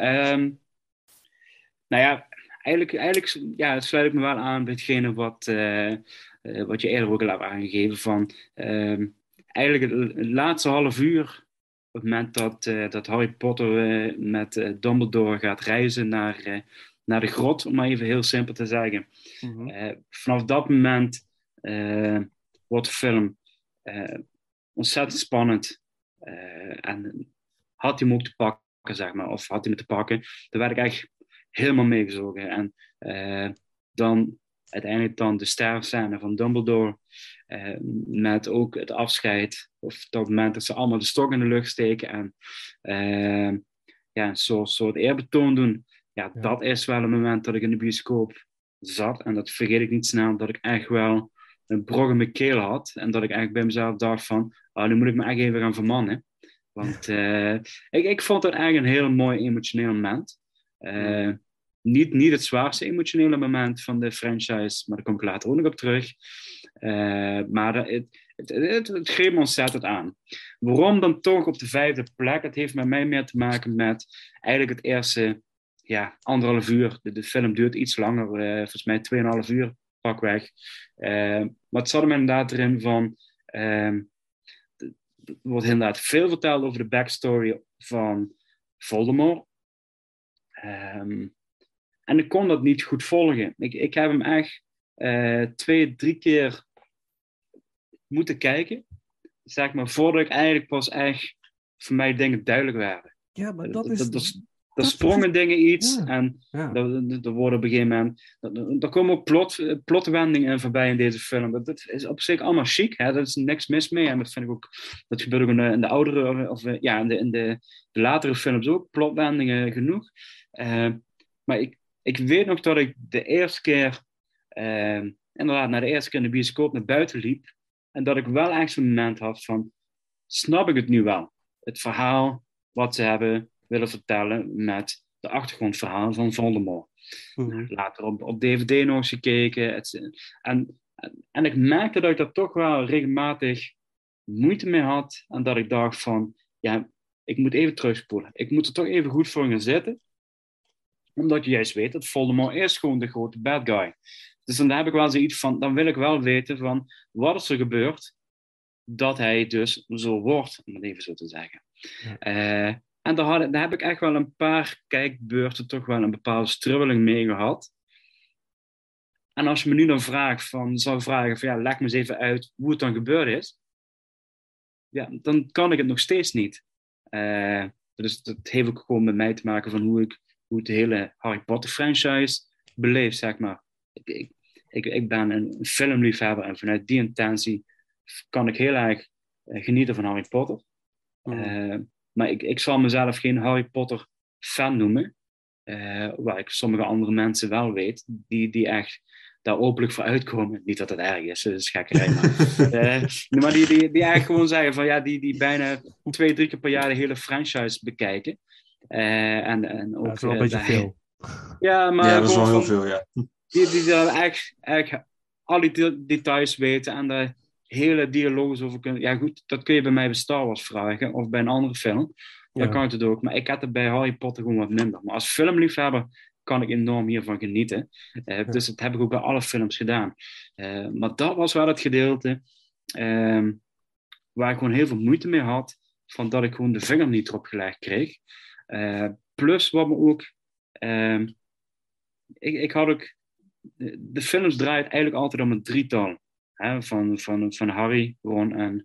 Speaker 5: Nou ja, eigenlijk sluit ik me wel aan bij hetgene wat je eerder ook al hebt aangegeven. Van, eigenlijk het laatste half uur, op het moment dat Harry Potter met Dumbledore gaat reizen naar de grot, om maar even heel simpel te zeggen. Vanaf dat moment wordt de film ontzettend spannend. En had hij hem ook te pakken, zeg maar, of had hij me te pakken, dan werd ik echt helemaal meegezogen. En dan uiteindelijk de sterfscène van Dumbledore, met ook het afscheid, of dat moment dat ze allemaal de stok in de lucht steken en een soort eerbetoon doen. Ja, dat is wel een moment dat ik in de bioscoop zat, en dat vergeet ik niet snel, dat ik echt wel een brok in mijn keel had, en dat ik eigenlijk bij mezelf dacht van, nu moet ik me echt even gaan vermannen. Want ik vond het eigenlijk een heel mooi emotioneel moment. Niet het zwaarste emotionele moment van de franchise, maar daar kom ik later ook nog op terug. Maar het greep me ontzettend aan. Waarom dan toch op de 5e plek? Het heeft met mij meer te maken met eigenlijk het eerste 1,5 uur. De film duurt iets langer, volgens mij 2,5 uur pakweg. Maar het zat hem inderdaad erin van... er wordt inderdaad veel verteld over de backstory van Voldemort. En ik kon dat niet goed volgen. Ik heb hem echt 2-3 keer moeten kijken. Zeg maar, voordat ik eigenlijk pas echt voor mij dingen duidelijk werden.
Speaker 4: Ja, maar dat is...
Speaker 5: Er sprongen dingen iets en
Speaker 4: Ja.
Speaker 5: er worden op een gegeven moment... Er komen ook plotwendingen voorbij in deze film. Dat is op zich allemaal chic. Hè? Dat is niks mis mee. En dat vind ik ook... Dat gebeurt ook in de oudere... Of in de latere films ook. Plotwendingen genoeg. Maar ik weet nog dat ik de eerste keer... inderdaad, na de eerste keer in de bioscoop naar buiten liep. En dat ik wel echt zo'n moment had van... Snap ik het nu wel? Het verhaal wat ze hebben willen vertellen met de achtergrondverhalen van Voldemort.
Speaker 4: Mhm.
Speaker 5: Later op DVD nog eens gekeken. En ik merkte dat ik daar toch wel regelmatig moeite mee had. En dat ik dacht van, ja, ik moet even terugspoelen. Ik moet er toch even goed voor gaan zitten. Omdat je juist weet dat Voldemort is gewoon de grote bad guy. Dus dan heb ik wel zoiets van, dan wil ik wel weten van, wat is er gebeurd dat hij dus zo wordt, om het even zo te zeggen.
Speaker 4: Ja.
Speaker 5: En daar heb ik echt wel een paar kijkbeurten toch wel een bepaalde strubbeling mee gehad. En als je me nu dan zou vragen van, ja, leg me eens even uit hoe het dan gebeurd is. Ja, dan kan ik het nog steeds niet. Dus dat heeft ook gewoon met mij te maken van hoe ik de hele Harry Potter franchise beleef, zeg maar. Ik ben een filmliefhebber en vanuit die intentie kan ik heel erg genieten van Harry Potter. Maar ik zal mezelf geen Harry Potter fan noemen. Waar ik sommige andere mensen wel weet, die echt daar openlijk voor uitkomen. Niet dat het erg is, dat is gekkerij. Maar die echt gewoon zeggen van ja, die bijna 2-3 keer per jaar de hele franchise bekijken. En ook,
Speaker 4: dat is wel een beetje veel.
Speaker 5: Ja, maar
Speaker 3: ja, dat is wel heel veel, ja.
Speaker 5: Die dan echt alle details weten en daar hele dialogen over kunnen. Ja goed, dat kun je bij mij bij Star Wars vragen of bij een andere film. Dan kan het ook. Maar ik had het bij Harry Potter gewoon wat minder. Maar als filmliefhebber kan ik enorm hiervan genieten. Dus dat heb ik ook bij alle films gedaan. Maar dat was wel het gedeelte waar ik gewoon heel veel moeite mee had. Van dat ik gewoon de vinger niet erop gelegd kreeg. Plus wat me ook... Ik had ook... De films draaien eigenlijk altijd om een drietal. Van Harry, Ron en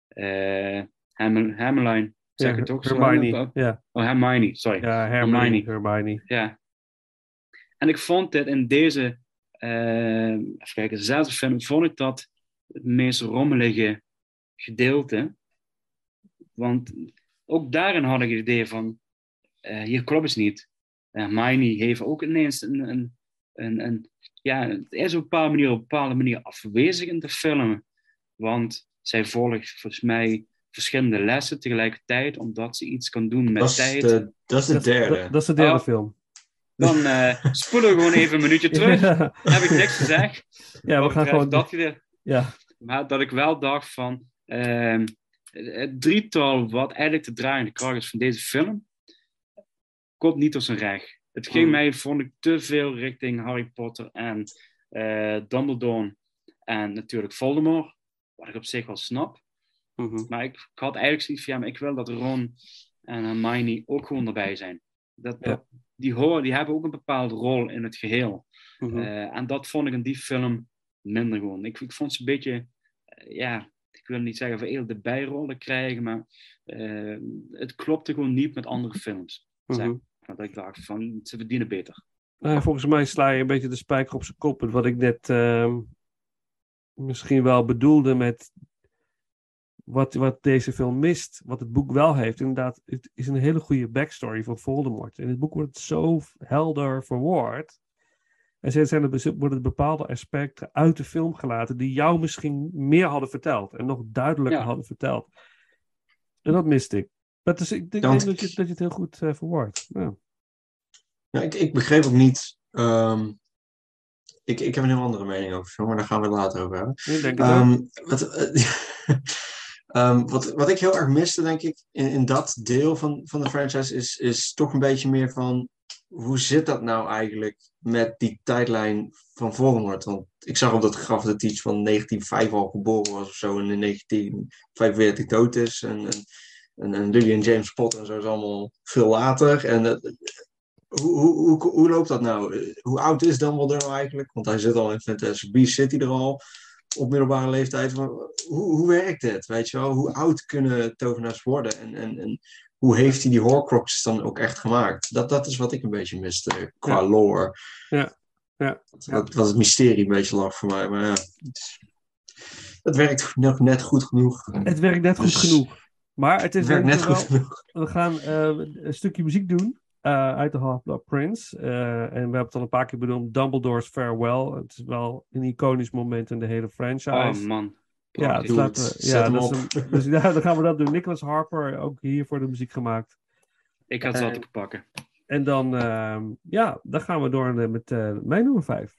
Speaker 5: Hermione. Zeg het ook
Speaker 4: Hermione. Ja.
Speaker 5: Oh, Hermione, sorry.
Speaker 4: Ja, Hermione.
Speaker 5: Ja. En ik vond dit in deze even kijken, de zesde film, vond ik dat het meest rommelige gedeelte. Want ook daarin had ik het idee van, hier klopt het niet. Hermione heeft ook ineens het is op een bepaalde manier afwezig in de film. Want zij volgt volgens mij verschillende lessen tegelijkertijd, omdat ze iets kan doen met tijd.
Speaker 3: Dat is de derde.
Speaker 4: Dat is de derde film.
Speaker 5: Dan spoelen we gewoon even een minuutje terug. Dan heb ik niks gezegd.
Speaker 4: Ja, we gaan gewoon...
Speaker 5: Dat gedeelte.
Speaker 4: Ja.
Speaker 5: Maar dat ik wel dacht van... het drietal wat eigenlijk de draaiende kracht is van deze film, komt niet tot zijn recht. Het ging mij, vond ik, te veel richting Harry Potter en Dumbledore en natuurlijk Voldemort, wat ik op zich wel snap. Maar ik had eigenlijk zoiets van, ja, maar ik wil dat Ron en Hermione ook gewoon erbij zijn. Die hebben ook een bepaalde rol in het geheel. En dat vond ik in die film minder gewoon. Ik vond ze een beetje, ik wil niet zeggen veredelde bijrollen krijgen, maar het klopte gewoon niet met andere films. Dat ik dacht van, ze verdienen beter.
Speaker 4: Volgens mij sla je een beetje de spijker op zijn kop. Wat ik net misschien wel bedoelde met wat deze film mist, wat het boek wel heeft. Inderdaad, het is een hele goede backstory van Voldemort. In het boek wordt het zo helder verwoord. En worden bepaalde aspecten uit de film gelaten die jou misschien meer hadden verteld. En nog duidelijker hadden verteld. En dat miste ik. Dus ik denk dat je het heel goed verwoordt. Ja.
Speaker 3: Ja, ik begreep ook niet... Ik heb een heel andere mening over de film, maar daar gaan we het later over hebben.
Speaker 4: Ik denk het
Speaker 3: wat ik heel erg miste, denk ik, in dat deel van de franchise is toch een beetje meer van... Hoe zit dat nou eigenlijk met die tijdlijn van Voldemort? Want ik zag op dat graf dat hij iets van 1905 al geboren was of zo en in 1945 dood is. En Lily en James Potter en zo is allemaal veel later. En hoe loopt dat nou? Hoe oud is Dumbledore nou eigenlijk? Want hij zit al in Fantastic Beasts, zit hij er al op middelbare leeftijd. Hoe werkt dit? Weet je wel? Hoe oud kunnen tovenaars worden? En hoe heeft hij die Horcruxes dan ook echt gemaakt? Dat is wat ik een beetje miste qua lore.
Speaker 4: Ja.
Speaker 3: Wat het mysterie een beetje lag voor mij. Maar ja, het werkt nog net goed genoeg.
Speaker 4: Het werkt net goed genoeg. Maar het is
Speaker 3: werkt net goed genoeg.
Speaker 4: We gaan een stukje muziek doen uit de Half-Blood Prince. En we hebben het al een paar keer benoemd. Dumbledore's Farewell. Het is wel een iconisch moment in de hele franchise.
Speaker 5: Oh man.
Speaker 4: Ja, dan gaan we dat doen. Nicholas Harper, ook hier voor de muziek gemaakt.
Speaker 5: Ik had ze altijd pakken.
Speaker 4: En dan, dan gaan we door met mijn nummer 5.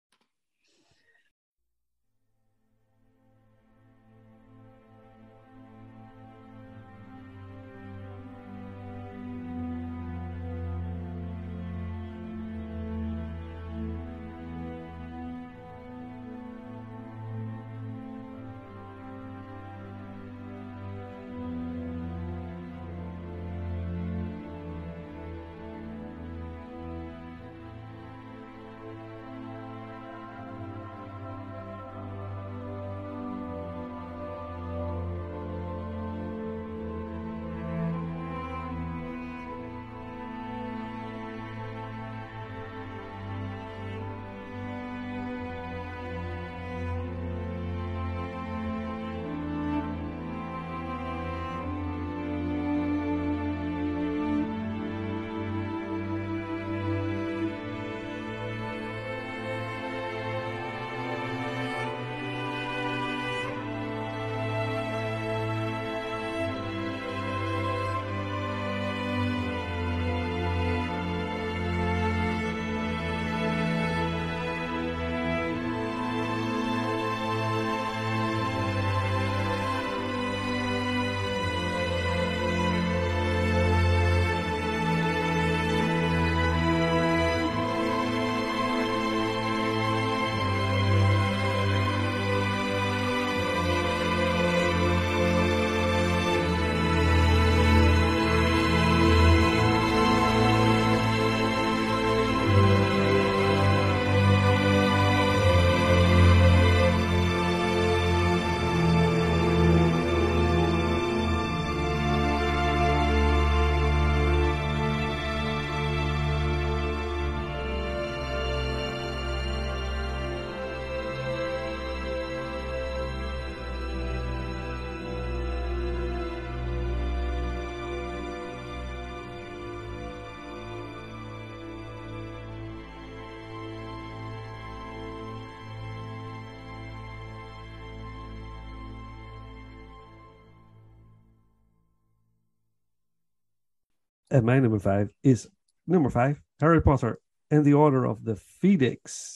Speaker 4: En mijn nummer 5 is nummer 5. Harry Potter and the Order of the Phoenix.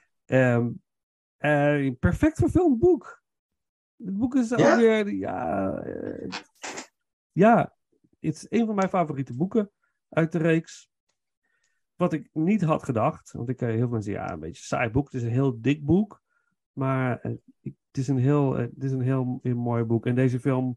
Speaker 4: Perfect verfilmd boek. Het boek is alweer... Ja, het is een van mijn favoriete boeken uit de reeks. Wat ik niet had gedacht. Want ik heel veel mensen een beetje saai boek. Het is een heel dik boek. Maar het is een heel mooi boek. En deze film...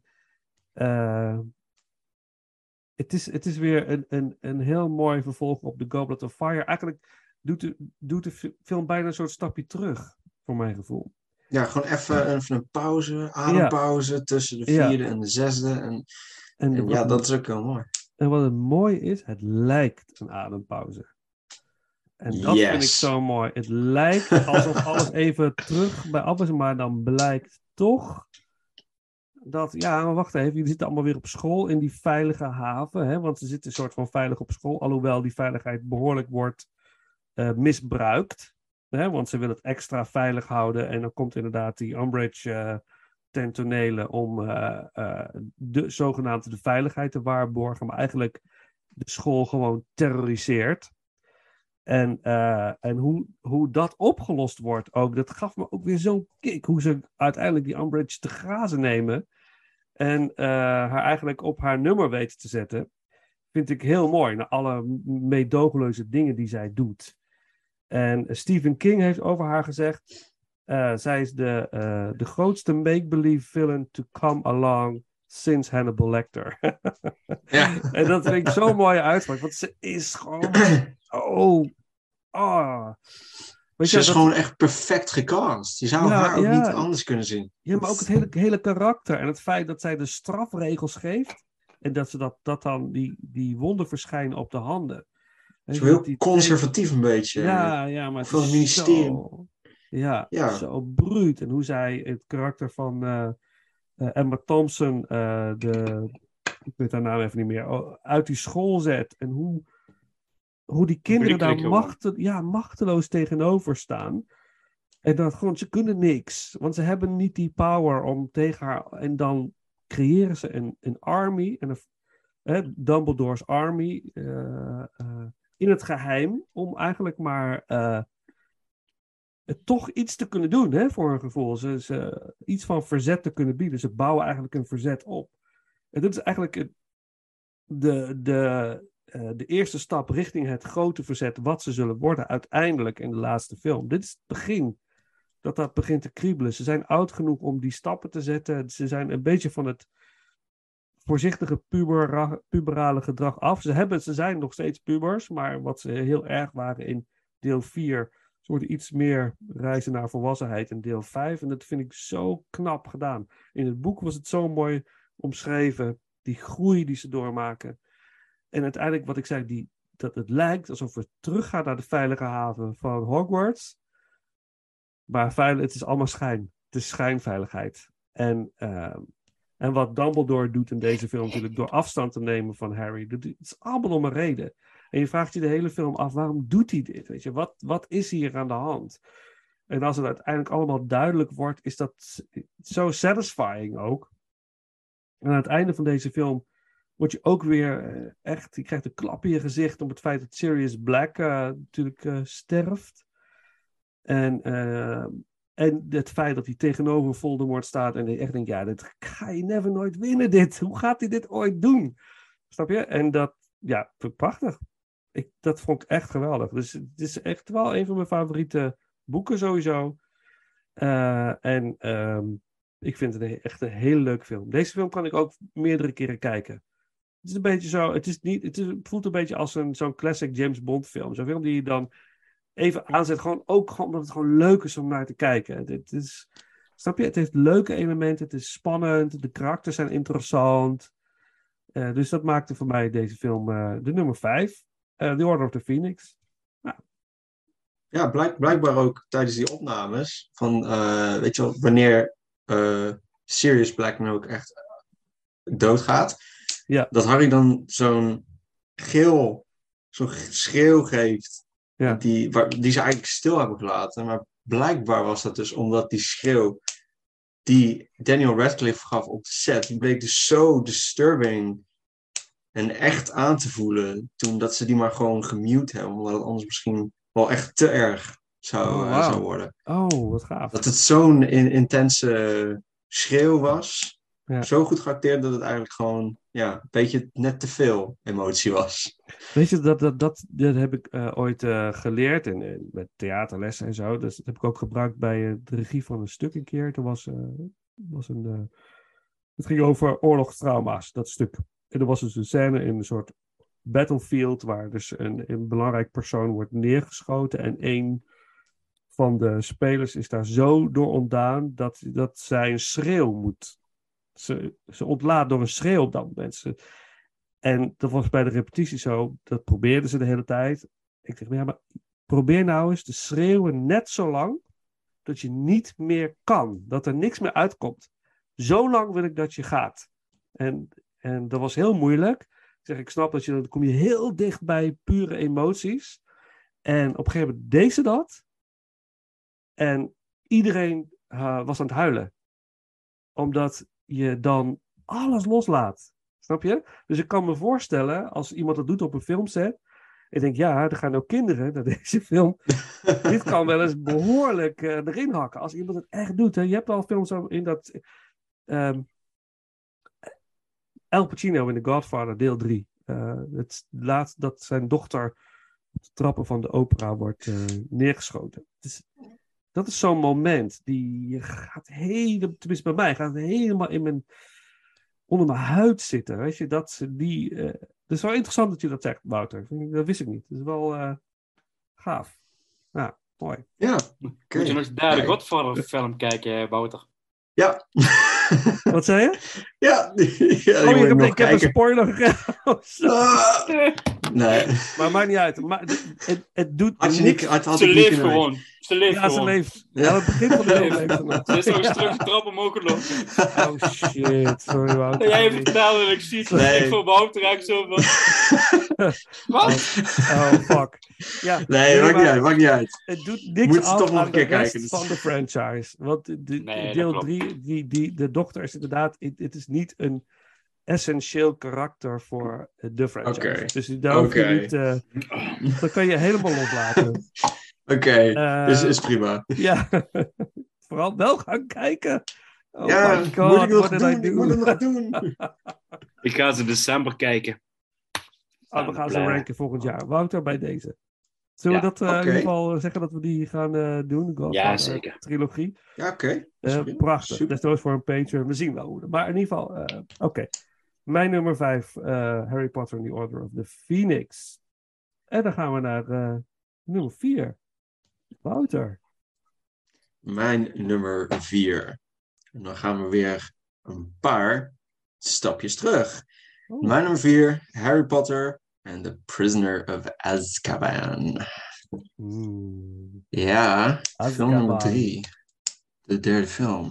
Speaker 4: Het is weer een heel mooi vervolg op The Goblet of Fire. Eigenlijk doet de film bijna een soort stapje terug, voor mijn gevoel.
Speaker 3: Ja, gewoon even een pauze, adempauze tussen de 4e en de 6e. En dat is ook heel mooi.
Speaker 4: En wat het mooi is, het lijkt een adempauze. En dat vind ik zo mooi. Het lijkt alsof alles even terug bij af is, maar dan blijkt toch... dat, maar wacht even, jullie zitten allemaal weer op school in die veilige haven, hè? Want ze zitten een soort van veilig op school, alhoewel die veiligheid behoorlijk wordt misbruikt, hè? Want ze willen het extra veilig houden en dan komt inderdaad die Umbridge ten tonele om de zogenaamde de veiligheid te waarborgen, maar eigenlijk de school gewoon terroriseert. En hoe dat opgelost wordt ook, dat gaf me ook weer zo'n kick. Hoe ze uiteindelijk die Umbridge te grazen nemen en haar eigenlijk op haar nummer weten te zetten, vind ik heel mooi. Na alle meedogenloze dingen die zij doet. En Stephen King heeft over haar gezegd, zij is de grootste make-believe villain to come along since Hannibal Lecter.
Speaker 3: Ja.
Speaker 4: En dat vind ik zo'n mooie uitspraak, want ze is gewoon...
Speaker 3: Ze is gewoon echt perfect gecast. Je zou haar ook niet anders kunnen zien.
Speaker 4: Ja, maar ook het hele karakter. En het feit dat zij de strafregels geeft. En dat ze dat dan die wonden verschijnen op de handen.
Speaker 3: Zo heel conservatief een beetje.
Speaker 4: Ja, maar
Speaker 3: van het ministerie.
Speaker 4: Zo bruut. En hoe zij het karakter van Emma Thompson, ik weet haar naam even niet meer, uit die school zet. En hoe die kinderen daar machteloos tegenover staan. En dat gewoon, ze kunnen niks. Want ze hebben niet die power om tegen haar... En dan creëren ze een army. En Dumbledore's Army in het geheim om eigenlijk maar toch iets te kunnen doen, hè, voor een gevoel. Ze iets van verzet te kunnen bieden. Ze bouwen eigenlijk een verzet op. En dit is eigenlijk de eerste stap richting het grote verzet wat ze zullen worden uiteindelijk in de laatste film. Dit is het begin. Dat begint te kriebelen. Ze zijn oud genoeg om die stappen te zetten. Ze zijn een beetje van het voorzichtige puberale gedrag af. Ze zijn nog steeds pubers, maar wat ze heel erg waren in deel 4, ze worden iets meer reizen naar volwassenheid in deel 5. En dat vind ik zo knap gedaan. In het boek was het zo mooi omschreven, die groei die ze doormaken. En uiteindelijk wat ik zei, dat het lijkt alsof we teruggaan naar de veilige haven van Hogwarts. Maar het is allemaal schijn. Het is schijnveiligheid. En wat Dumbledore doet in deze film natuurlijk, door afstand te nemen van Harry, het is allemaal om een reden. En je vraagt je de hele film af, waarom doet hij dit? Weet je, wat is hier aan de hand? En als het uiteindelijk allemaal duidelijk wordt, is dat zo satisfying ook. En aan het einde van deze film word je ook weer echt, je krijgt een klap in je gezicht om het feit dat Sirius Black natuurlijk sterft. En het feit dat hij tegenover Voldemort staat en je echt denkt, ja, dit ga je nooit winnen, dit. Hoe gaat hij dit ooit doen? Snap je? En dat, ja, prachtig. Dat vond ik echt geweldig. Dus het is echt wel een van mijn favoriete boeken sowieso. Ik vind het echt een hele leuke film. Deze film kan ik ook meerdere keren kijken. Het is een beetje zo, het voelt een beetje als zo'n classic James Bond film. Zo'n film die je dan even aanzet, gewoon omdat het gewoon leuk is om naar te kijken. Snap je? Het heeft leuke elementen, het is spannend, de karakters zijn interessant. Dus dat maakte voor mij deze film de nummer 5. The Order of the Phoenix. Nou.
Speaker 3: Ja, blijkbaar ook tijdens die opnames van, weet je wel, wanneer Sirius Black nu ook echt doodgaat.
Speaker 4: Ja.
Speaker 3: Dat Harry dan zo'n schreeuw geeft.
Speaker 4: Ja.
Speaker 3: Die ze eigenlijk stil hebben gelaten. Maar blijkbaar was dat dus omdat die schreeuw die Daniel Radcliffe gaf op de set, die bleek dus zo disturbing en echt aan te voelen toen dat ze die maar gewoon gemute hebben. Omdat het anders misschien wel echt te erg zou worden.
Speaker 4: Oh, wat gaaf.
Speaker 3: Dat het zo'n intense schreeuw was.
Speaker 4: Ja.
Speaker 3: Zo goed geacteerd dat het eigenlijk gewoon een beetje net te veel emotie was.
Speaker 4: Weet je, dat heb ik ooit geleerd met theaterlessen en zo. Dus dat heb ik ook gebruikt bij de regie van een stuk een keer. Toen het ging over oorlogstrauma's, dat stuk. En er was dus een scène in een soort battlefield waar dus een belangrijk persoon wordt neergeschoten en een van de spelers is daar zo door ontdaan dat zij een schreeuw moet. Ze ontlaat door een schreeuw op dat moment. En dat was bij de repetitie zo. Dat probeerden ze de hele tijd. Ik zeg, maar probeer nou eens te schreeuwen net zo lang dat je niet meer kan. Dat er niks meer uitkomt. Zo lang wil ik dat je gaat. En dat was heel moeilijk. Ik snap dat dan kom je heel dicht bij pure emoties. En op een gegeven moment deed ze dat. En iedereen was aan het huilen. Omdat je dan alles loslaat. Snap je? Dus ik kan me voorstellen, als iemand dat doet op een filmset. Ik denk, ja, er gaan ook kinderen naar deze film. Dit kan wel eens behoorlijk erin hakken. Als iemand het echt doet. Hè. Je hebt al films in dat Al Pacino in The Godfather, deel 3. Dat zijn dochter op de trappen van de opera wordt neergeschoten. Dat is zo'n moment die gaat tenminste bij mij, gaat helemaal onder mijn huid zitten. Weet je, dat is wel interessant dat je dat zegt, Wouter. Dat wist ik niet. Dat is wel gaaf. Ja, mooi.
Speaker 3: Ja,
Speaker 5: okay. Moet je nog daar de Godfather film kijken, Wouter?
Speaker 3: Ja.
Speaker 4: Wat zei je?
Speaker 3: Ja.
Speaker 4: Ik heb een spoiler gegeven.
Speaker 3: Nee.
Speaker 4: Maar maakt niet uit. Het doet
Speaker 5: niks. Ze leeft gewoon. Ze
Speaker 4: leeft. Ja, het begint van de film leeft ze nog.
Speaker 5: Ze is nog eens terug de trap omhoog gelopen.
Speaker 4: Oh shit, sorry Wouter.
Speaker 5: Jij even vertelde en ik zie het. Ik voor Wouter raak zo van... Wat?
Speaker 4: Oh fuck. Ja,
Speaker 3: nee, maakt niet uit.
Speaker 4: Het doet niks
Speaker 3: af toch nog een keer kijken,
Speaker 4: van de franchise. Want deel 3, de dochter is inderdaad... Het is niet een essentieel karakter voor de franchise.
Speaker 3: Oké.
Speaker 4: Dus daar hoef je
Speaker 3: Oké.
Speaker 4: niet... dat kan je helemaal loslaten.
Speaker 3: Oké,
Speaker 4: Eh,
Speaker 3: is prima.
Speaker 4: Ja, vooral wel gaan kijken. Oh
Speaker 3: Ja,
Speaker 4: my
Speaker 3: moet
Speaker 4: god,
Speaker 3: ik nog
Speaker 4: what did I
Speaker 3: doen? Ik
Speaker 4: do?
Speaker 3: moet het nog doen.
Speaker 5: Ik ga ze in december kijken.
Speaker 4: We gaan ze
Speaker 5: Blij.
Speaker 4: ranken volgend jaar. Wouter, bij deze. Zullen we
Speaker 5: Ja,
Speaker 4: dat in
Speaker 3: oké.
Speaker 4: ieder geval zeggen dat we die gaan doen? De Godfather
Speaker 5: Ja, zeker.
Speaker 4: trilogie.
Speaker 3: Ja, oké. Dat is prima.
Speaker 4: Prachtig.
Speaker 3: Super.
Speaker 4: Desnoods voor een Patreon. We zien wel hoe. Maar in ieder geval, oké. Mijn nummer 5, Harry Potter and the Order of the Phoenix. En dan gaan we naar nummer 4. Wouter.
Speaker 3: Mijn nummer 4. En dan gaan we weer een paar stapjes terug.
Speaker 4: Oh.
Speaker 3: Mijn nummer 4, Harry Potter and the Prisoner of Azkaban. Ja, film nummer 3. De derde film.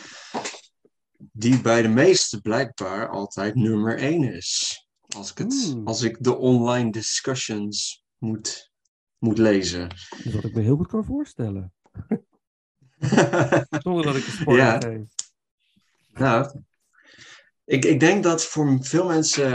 Speaker 3: Die bij de meesten blijkbaar altijd nummer 1 is. Als ik de online discussions moet lezen.
Speaker 4: Dus wat ik me heel goed kan voorstellen. Zonder dat ik een spoiler
Speaker 3: Ja.
Speaker 4: geef.
Speaker 3: Nou, ik denk dat voor veel mensen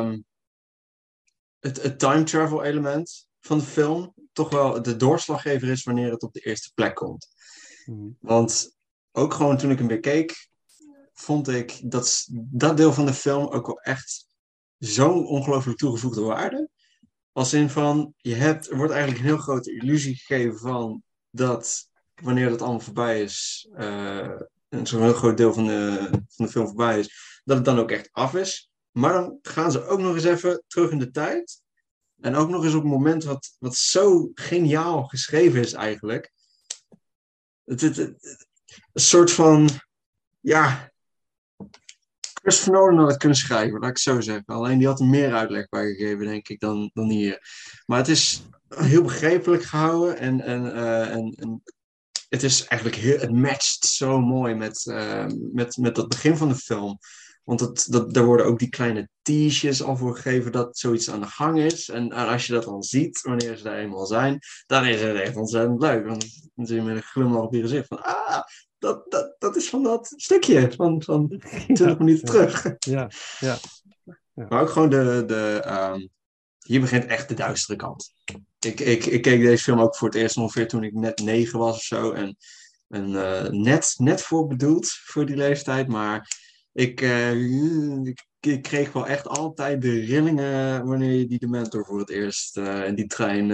Speaker 3: het time travel element van de film toch wel de doorslaggever is wanneer het op de eerste plek komt. Want ook gewoon toen ik hem weer keek, vond ik dat deel van de film ook wel echt zo'n ongelooflijk toegevoegde waarde. Als in van, er wordt eigenlijk een heel grote illusie gegeven van dat wanneer dat allemaal voorbij is, zo'n heel groot deel van de film voorbij is, dat het dan ook echt af is. Maar dan gaan ze ook nog eens even terug in de tijd. En ook nog eens op een moment wat zo geniaal geschreven is eigenlijk. Een soort van, ja, Christopher Nolan had het kunnen schrijven, laat ik het zo zeggen. Alleen die had er meer uitleg bij gegeven, denk ik, dan hier. Maar het is heel begrijpelijk gehouden en het is eigenlijk het matcht zo mooi met dat begin van de film. Want daar worden ook die kleine teasjes al voor gegeven dat zoiets aan de gang is. En als je dat dan ziet, wanneer ze daar eenmaal zijn, dan is het echt ontzettend leuk. Want dan zie je met een glimlach op je gezicht van, dat is van dat stukje van 20 minuten terug.
Speaker 4: Ja.
Speaker 3: Maar ook gewoon hier begint echt de duistere kant. Ik keek deze film ook voor het eerst ongeveer toen ik net 9 was of zo. En net voor bedoeld voor die leeftijd. Maar ik kreeg wel echt altijd de rillingen wanneer je die Dementor voor het eerst in die trein...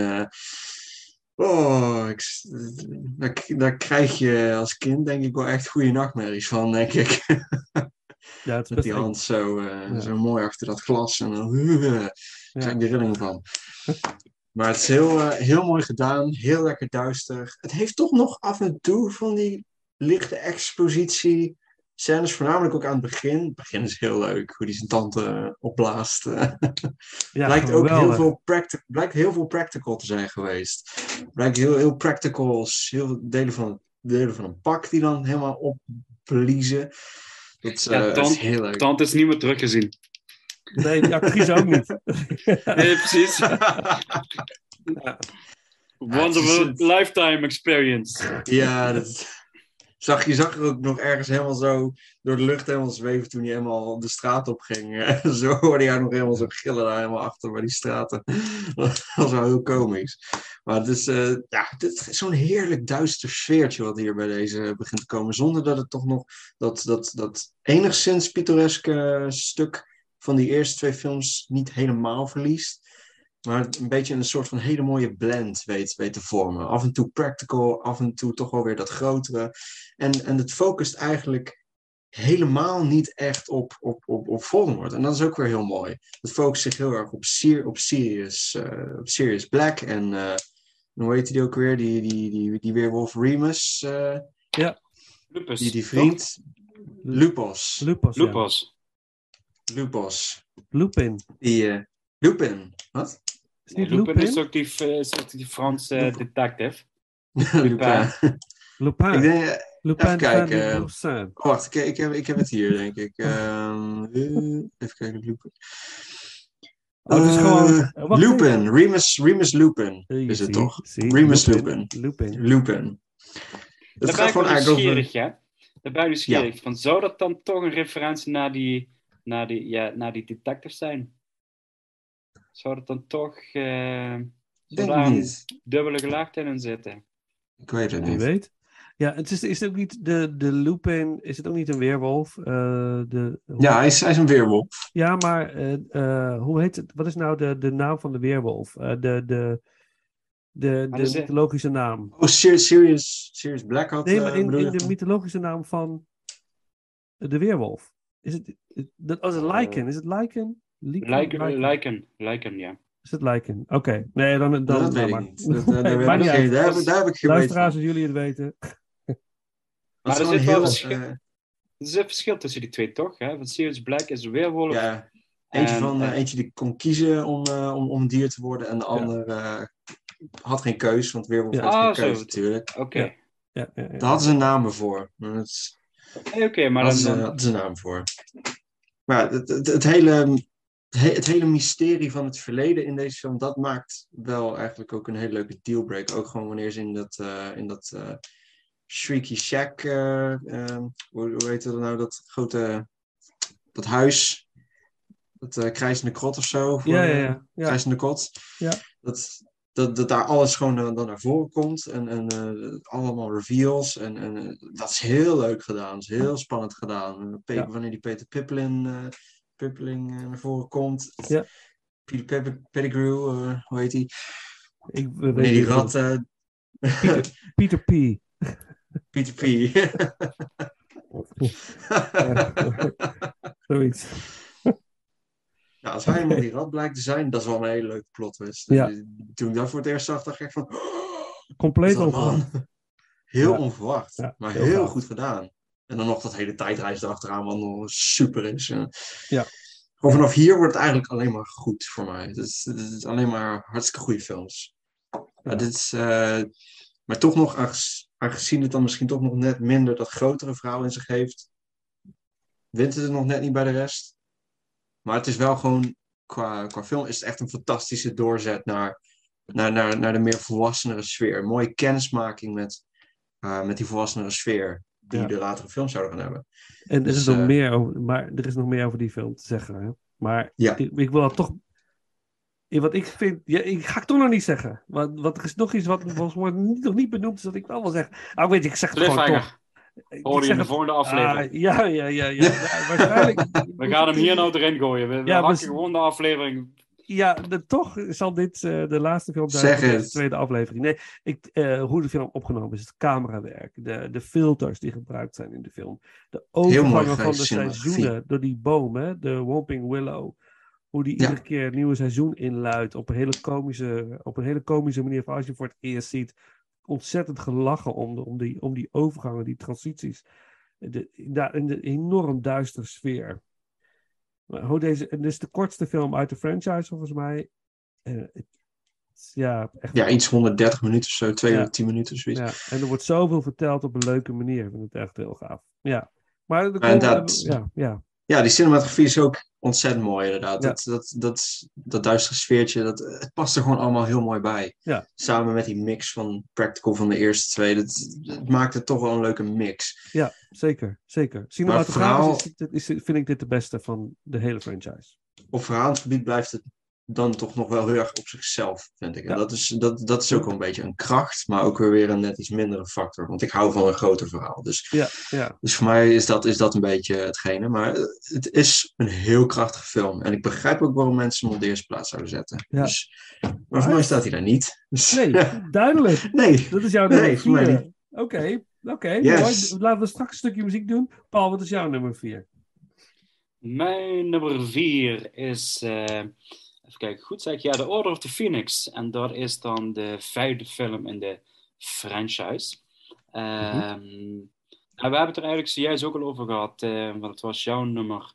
Speaker 3: daar krijg je als kind denk ik wel echt goede nachtmerries van, denk ik.
Speaker 4: Ja, het is
Speaker 3: Met
Speaker 4: best
Speaker 3: die
Speaker 4: eng.
Speaker 3: hand zo mooi achter dat glas en dan krijg ik de rillingen van. Maar het is heel mooi gedaan, heel lekker duister. Het heeft toch nog af en toe van die lichte expositie scènes, voornamelijk ook aan het begin. Het begin is heel leuk, hoe die zijn tante opblaast. Blijkt ook heel veel practical te zijn geweest. Blijkt heel practicals, heel veel delen van een pak die dan helemaal opbliezen. Dat is heel leuk.
Speaker 5: Tante is niet meer teruggezien.
Speaker 4: Nee, die actrice ook niet.
Speaker 5: Nee, precies. Wonderful lifetime experience.
Speaker 3: Ja, je zag er ook nog ergens helemaal zo door de lucht helemaal zweven toen hij helemaal de straat op ging. Zo hoorde hij nog helemaal zo gillen daar helemaal achter bij die straten. Dat was wel heel komisch. Maar het is, dit is zo'n heerlijk duister sfeertje wat hier bij deze begint te komen. Zonder dat het toch nog dat enigszins pittoreske stuk van die eerste 2 films niet helemaal verliest. Maar een beetje een soort van hele mooie blend weet te vormen. Af en toe practical, af en toe toch wel weer dat grotere. En het focust eigenlijk helemaal niet echt op Voldemort. En dat is ook weer heel mooi. Het focust zich heel erg op Sirius Black. En hoe heet die ook weer? Die weerwolf Remus.
Speaker 4: Ja.
Speaker 5: Lupus.
Speaker 3: Die vriend. Lupus.
Speaker 4: Lupin.
Speaker 3: Lupin. Wat?
Speaker 4: Is niet
Speaker 5: Lupin
Speaker 4: Lupin?
Speaker 5: is ook die Franse detective.
Speaker 3: Lupin.
Speaker 4: Lupin.
Speaker 3: Ik denk,
Speaker 4: Lupin
Speaker 3: even kijken.
Speaker 4: Lupin.
Speaker 3: Wacht, ik heb het hier, denk ik. Even kijken, Lupin.
Speaker 4: Oh, het is gewoon... wacht
Speaker 3: Lupin, Remus Lupin is het toch? Remus Lupin.
Speaker 4: Lupin.
Speaker 3: Het
Speaker 5: Daar
Speaker 3: gaat
Speaker 5: ben
Speaker 3: gewoon
Speaker 5: ik
Speaker 3: eigenlijk over...
Speaker 5: nieuwsgierig, hè? Daar ben ik nieuwsgierig van. Zou dat dan toch een referentie naar die naar die detectives zijn. Zou het dan toch... zou
Speaker 3: Denk
Speaker 5: daar een
Speaker 3: niet.
Speaker 5: dubbele gelaagdheid in zitten?
Speaker 3: Ik weet het
Speaker 4: Wie
Speaker 3: niet.
Speaker 4: weet. Ja, is het ook niet de Lupin, is het ook niet een weerwolf?
Speaker 3: Ja, hij is een weerwolf.
Speaker 4: Ja, maar hoe heet het? Wat is nou de naam van de weerwolf? De
Speaker 5: Maar er zit-
Speaker 4: mythologische naam.
Speaker 3: Oh, Sirius Black
Speaker 4: Nee, maar
Speaker 3: bedoel
Speaker 4: in
Speaker 3: je?
Speaker 4: de mythologische naam van de weerwolf. Is het Lycan? Is het Lycan?
Speaker 5: Lijken, ja.
Speaker 4: Is het Lycan? Oké. Nee, dan
Speaker 3: Dat weet
Speaker 4: laat
Speaker 3: ik
Speaker 4: maar.
Speaker 3: niet. Daar
Speaker 4: Nee,
Speaker 3: heb
Speaker 4: maakt
Speaker 3: ik
Speaker 4: niet
Speaker 3: geen-
Speaker 4: uit.
Speaker 3: daar heb ik geen weet
Speaker 4: Luisteraars,
Speaker 3: van.
Speaker 4: als jullie het weten.
Speaker 3: Maar
Speaker 5: er
Speaker 3: het is
Speaker 5: zit
Speaker 3: gewoon
Speaker 5: wel
Speaker 3: heel...
Speaker 5: verschil. Er is een verschil tussen die twee, toch? Hè? Want Sirius Black is een weerwolf.
Speaker 3: ja,
Speaker 5: En,
Speaker 3: eentje die kon kiezen om dier te worden en de ander had geen keus, want weerwolf
Speaker 4: Ja.
Speaker 3: heeft geen
Speaker 5: zo.
Speaker 3: keus natuurlijk.
Speaker 5: Oké.
Speaker 4: Ja.
Speaker 3: Daar hadden ze een naam voor. Daar
Speaker 5: Oké, maar
Speaker 3: hadden
Speaker 5: dan...
Speaker 3: ze een naam voor. Maar ja, het hele mysterie van het verleden in deze film, dat maakt wel eigenlijk ook een hele leuke dealbreak. Ook gewoon wanneer ze in dat Shrieky Shack, hoe heet dat nou, dat grote, dat huis, dat krijzende krot of zo.
Speaker 4: Ja.
Speaker 3: Krijzende kot.
Speaker 4: Ja.
Speaker 3: Dat daar alles gewoon dan naar voren komt en allemaal reveals en dat is heel leuk gedaan, dat is heel spannend gedaan.
Speaker 4: Ja.
Speaker 3: Wanneer die Peter Pippeling naar voren komt.
Speaker 4: Ja.
Speaker 3: Peter Pettigrew, hoe heet die?
Speaker 4: Wanneer
Speaker 3: Wanneer die rat...
Speaker 4: Peter P.
Speaker 3: Peter P.
Speaker 4: Zoiets.
Speaker 3: Ja, als hij helemaal die rat blijkt te zijn, dat is wel een hele leuke plot twist.
Speaker 4: Ja.
Speaker 3: Toen ik dat voor het eerst zag, dacht ik van...
Speaker 4: Compleet
Speaker 3: wat is dat, man?
Speaker 4: onverwacht.
Speaker 3: Heel
Speaker 4: Ja.
Speaker 3: onverwacht,
Speaker 4: Ja,
Speaker 3: maar
Speaker 4: heel
Speaker 3: heel
Speaker 4: gaaf.
Speaker 3: goed gedaan. En dan nog dat hele tijdreis erachteraan, wat nog super is.
Speaker 4: Ja.
Speaker 3: Gewoon vanaf hier wordt het eigenlijk alleen maar goed voor mij. Het is alleen maar hartstikke goede films.
Speaker 4: Ja.
Speaker 3: Maar toch nog, aangezien het dan misschien toch nog net minder dat grotere verhaal in zich heeft, wint het er nog net niet bij de rest. Maar het is wel gewoon, qua film is het echt een fantastische doorzet naar de meer volwassenere sfeer. Een mooie kennismaking met die volwassenere sfeer die de latere films zouden gaan hebben.
Speaker 4: En er
Speaker 3: Dus,
Speaker 4: is nog meer over, maar er is nog meer over die film te zeggen. Hè? Maar
Speaker 3: Ja.
Speaker 4: ik wil dat toch... Wat ik vind... Ja, ik ga het toch nog niet zeggen. Want er is nog iets wat volgens mij nog niet benoemd is, dat ik wel wil zeggen. Nou, weet je, ik zeg het gewoon toch.
Speaker 5: Cliffhanger.
Speaker 4: Ik
Speaker 5: Hoor je
Speaker 4: zeg
Speaker 5: in de
Speaker 4: het-
Speaker 5: volgende aflevering.
Speaker 4: Ja, waarschijnlijk.
Speaker 5: We gaan hem hier nou erin gooien. We
Speaker 4: Ja,
Speaker 5: hakken gewoon de aflevering.
Speaker 4: Ja, toch zal dit de laatste film zijn
Speaker 3: Zeg
Speaker 4: van deze
Speaker 3: het.
Speaker 4: tweede aflevering. Nee, hoe de film opgenomen is, het camerawerk, de filters die gebruikt zijn in de film, de
Speaker 3: mooi
Speaker 4: overgangen van de
Speaker 3: cinematografie.
Speaker 4: seizoenen door die boom, hè, de Whomping Willow. Hoe die
Speaker 3: Ja.
Speaker 4: iedere keer het nieuwe seizoen inluidt op een hele komische manier. Voor als je voor het eerst ziet, ontzettend gelachen om die overgangen, die transities. In de enorm duistere sfeer. Maar dit is de kortste film uit de franchise, volgens mij. Echt.
Speaker 3: Ja, iets 130 minuten of zo, 2
Speaker 4: Ja.
Speaker 3: of 10 minuten, zoiets.
Speaker 4: Ja, en er wordt zoveel verteld op een leuke manier. Ik vind het echt heel gaaf. Ja. Maar
Speaker 3: Ja, die cinematografie is ook ontzettend mooi, inderdaad.
Speaker 4: Ja.
Speaker 3: Dat duistere sfeertje, het past er gewoon allemaal heel mooi bij.
Speaker 4: Ja.
Speaker 3: Samen met die mix van practical van de eerste twee. Het maakt het toch wel een leuke mix.
Speaker 4: Ja, zeker. Cinematografisch vind ik dit de beste van de hele franchise.
Speaker 3: Op verhaalgebied blijft het dan toch nog wel heel erg op zichzelf, vind ik. En
Speaker 4: Ja.
Speaker 3: dat is ook wel een beetje een kracht, maar ook weer een net iets mindere factor. Want ik hou van een groter verhaal. Dus voor mij is dat een beetje hetgene. Maar het is een heel krachtige film. En ik begrijp ook waarom mensen hem op de eerste plaats zouden zetten.
Speaker 4: Ja.
Speaker 3: Dus, maar voor mij staat hij daar niet. Dus,
Speaker 4: Nee, duidelijk.
Speaker 3: nee.
Speaker 4: Dat is jouw nummer
Speaker 3: Nee, voor mij
Speaker 4: 4.
Speaker 3: niet.
Speaker 4: Oké,
Speaker 3: Yes.
Speaker 4: mooi. Laten we straks een stukje muziek doen. Paul, wat is jouw nummer 4?
Speaker 5: Mijn nummer 4 is... even kijken, goed zeg ik. Ja, The Order of the Phoenix. En dat is dan de 5e film in de franchise. En we hebben het er eigenlijk zojuist ook al over gehad. Want het was jouw nummer...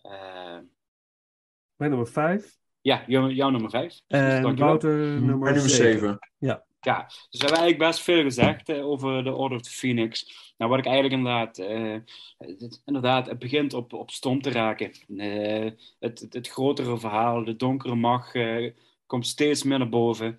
Speaker 4: Mijn nummer 5.
Speaker 5: Ja, jouw nummer 5.
Speaker 4: En Wouter
Speaker 3: Mijn
Speaker 4: nummer 7.
Speaker 5: Ja, dus we hebben eigenlijk best veel gezegd over The Order of the Phoenix. Nou, wat ik eigenlijk inderdaad... Het begint op stom te raken. Het grotere verhaal, de donkere macht komt steeds meer naar boven.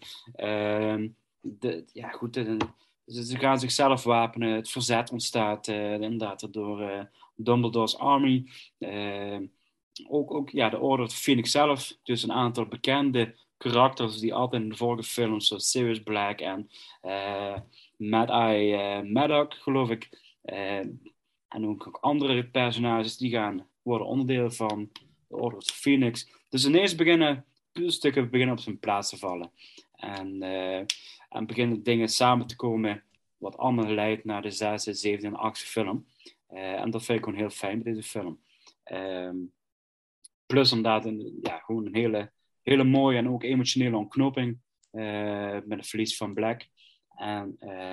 Speaker 5: Ze gaan zichzelf wapenen. Het verzet ontstaat inderdaad door Dumbledore's Army. ook ja, de Order of the Phoenix zelf. Dus een aantal bekende karakters die altijd in de vorige films, zoals Sirius Black en Mad-Eye Maddox, geloof ik. En ook andere personages die worden onderdeel van de Order of the Phoenix. Dus ineens beginnen puzzelstukken op zijn plaats te vallen. En beginnen dingen samen te komen wat allemaal leidt naar de 6e, 7e en 8e film. En dat vind ik gewoon heel fijn bij deze film. Plus omdat gewoon een hele mooie en ook emotionele ontknoping met het verlies van Black. En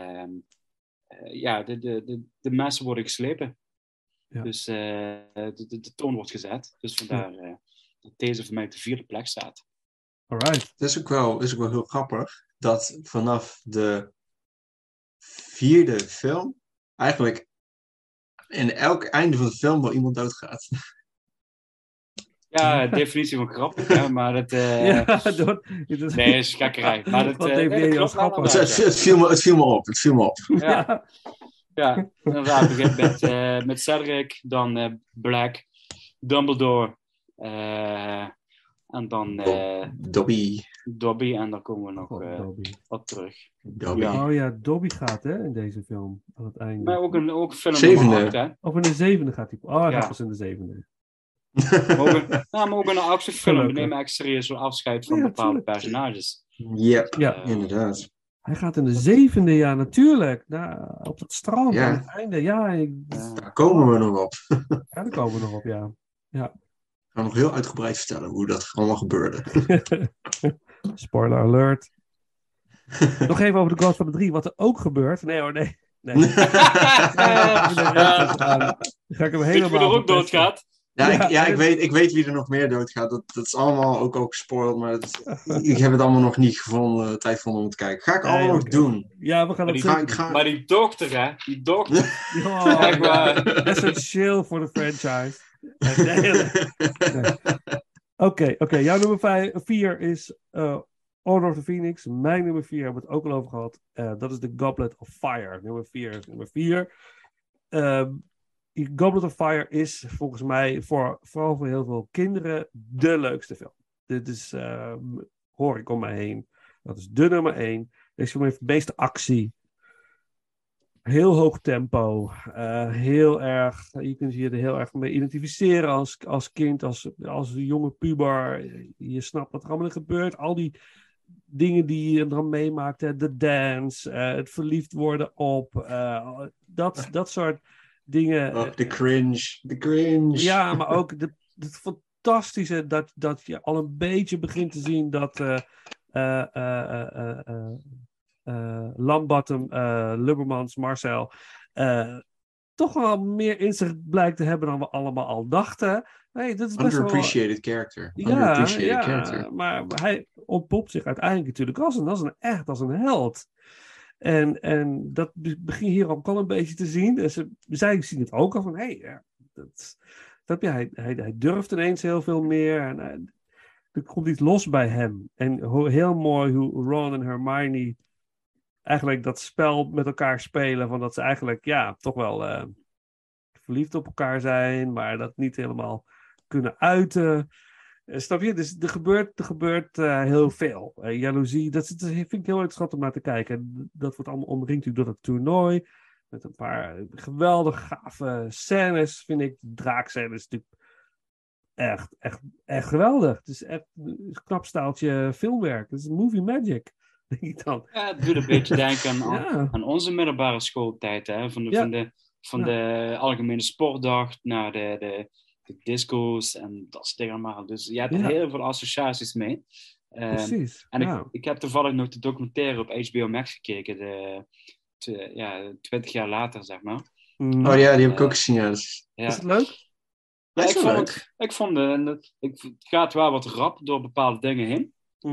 Speaker 5: de messen worden geslepen. Ja. Dus de toon wordt gezet. Dus vandaar dat deze voor mij op de 4e plek staat.
Speaker 4: Alright.
Speaker 3: Het is ook wel heel grappig dat vanaf de 4e film eigenlijk in elk einde van de film wel iemand doodgaat.
Speaker 5: Ja, definitie van grappig, hè, maar het... Nee, is gekkerij. Maar
Speaker 3: het viel me op.
Speaker 5: Ja, inderdaad. Het begint met Cedric, dan Black, Dumbledore, en dan... Dobby, en dan komen we nog wat terug.
Speaker 3: Dobby.
Speaker 4: Ja. Oh ja, Dobby gaat in deze film, aan het einde.
Speaker 5: Maar ook een film
Speaker 3: 7e.
Speaker 5: 8, hè.
Speaker 4: Of in de 7e gaat hij. Oh, hij gaat pas in de 7e.
Speaker 5: Maar ook in een oudste film. We nemen echt serieus wel afscheid van bepaalde personages.
Speaker 3: Ja, inderdaad.
Speaker 4: Hij gaat in de 7e, ja, natuurlijk. Op het strand aan het einde.
Speaker 3: Daar komen we nog op.
Speaker 4: Ja, daar komen we nog op, ja.
Speaker 3: Ik ga nog heel uitgebreid vertellen hoe dat allemaal gebeurde.
Speaker 4: Spoiler alert. Nog even over de Godfather 3, wat er ook gebeurt. Nee hoor, nee. Dan ga ik hem helemaal...
Speaker 5: Weet je wie er ook doodgaat?
Speaker 3: Ik weet wie er nog meer doodgaat. Dat is allemaal ook gespoild, maar ik heb het allemaal nog niet gevonden, tijd gevonden om te kijken. Ga ik allemaal nog doen.
Speaker 4: Ja, we gaan het zeker.
Speaker 5: Maar die dochter, hè? Die dochter.
Speaker 4: Essentieel voor de franchise. Oké. Jouw nummer 4 is Order of the Phoenix. Mijn nummer 4 hebben we het ook al over gehad. Dat is The Goblet of Fire. Nummer 4. Goblet of Fire is volgens mij vooral voor heel veel kinderen de leukste film. Dit is, hoor ik om mij heen. Dat is de nummer 1. Deze film heeft de meeste actie. Heel hoog tempo. Heel erg, je kunt je er heel erg mee identificeren als kind, als jonge puber. Je snapt wat er allemaal gebeurt. Al die dingen die je dan meemaakt. De dance, het verliefd worden op. Dat soort dingen.
Speaker 3: De cringe.
Speaker 4: Ja, maar ook het fantastische dat je al een beetje begint te zien dat Lambottom, Lubbermans, Marcel toch wel meer inzicht blijkt te hebben dan we allemaal al dachten. Hey, dat is best
Speaker 3: underappreciated character.
Speaker 4: Character. Maar hij ontpopt zich uiteindelijk natuurlijk als een held. En dat begin hier ook al een beetje te zien. En zij zien het ook al van, hij durft ineens heel veel meer. En er komt iets los bij hem. En heel mooi hoe Ron en Hermione eigenlijk dat spel met elkaar spelen. Van dat ze eigenlijk toch wel verliefd op elkaar zijn. Maar dat niet helemaal kunnen uiten. Snap je? Dus er gebeurt heel veel. Jaloezie, dat vind ik heel interessant om naar te kijken. Dat wordt allemaal omringd door dat toernooi. Met een paar geweldig gave scènes, vind ik. De draakscène is natuurlijk echt geweldig. Het is echt een knap staaltje filmwerk. Het is movie magic, denk ik dan.
Speaker 5: Ja, het doet een beetje denken aan onze middelbare schooltijd. Hè? Van de algemene sportdag naar de disco's en dat soort dingen allemaal. Dus je hebt er heel veel associaties mee.
Speaker 4: Precies.
Speaker 5: En ik heb toevallig nog de documentaire op HBO Max gekeken. 20 jaar later, zeg maar.
Speaker 3: Oh ja, die heb ik ook gezien. Ja.
Speaker 4: Is het leuk?
Speaker 5: Ik vond het gaat wel wat rap door bepaalde dingen heen.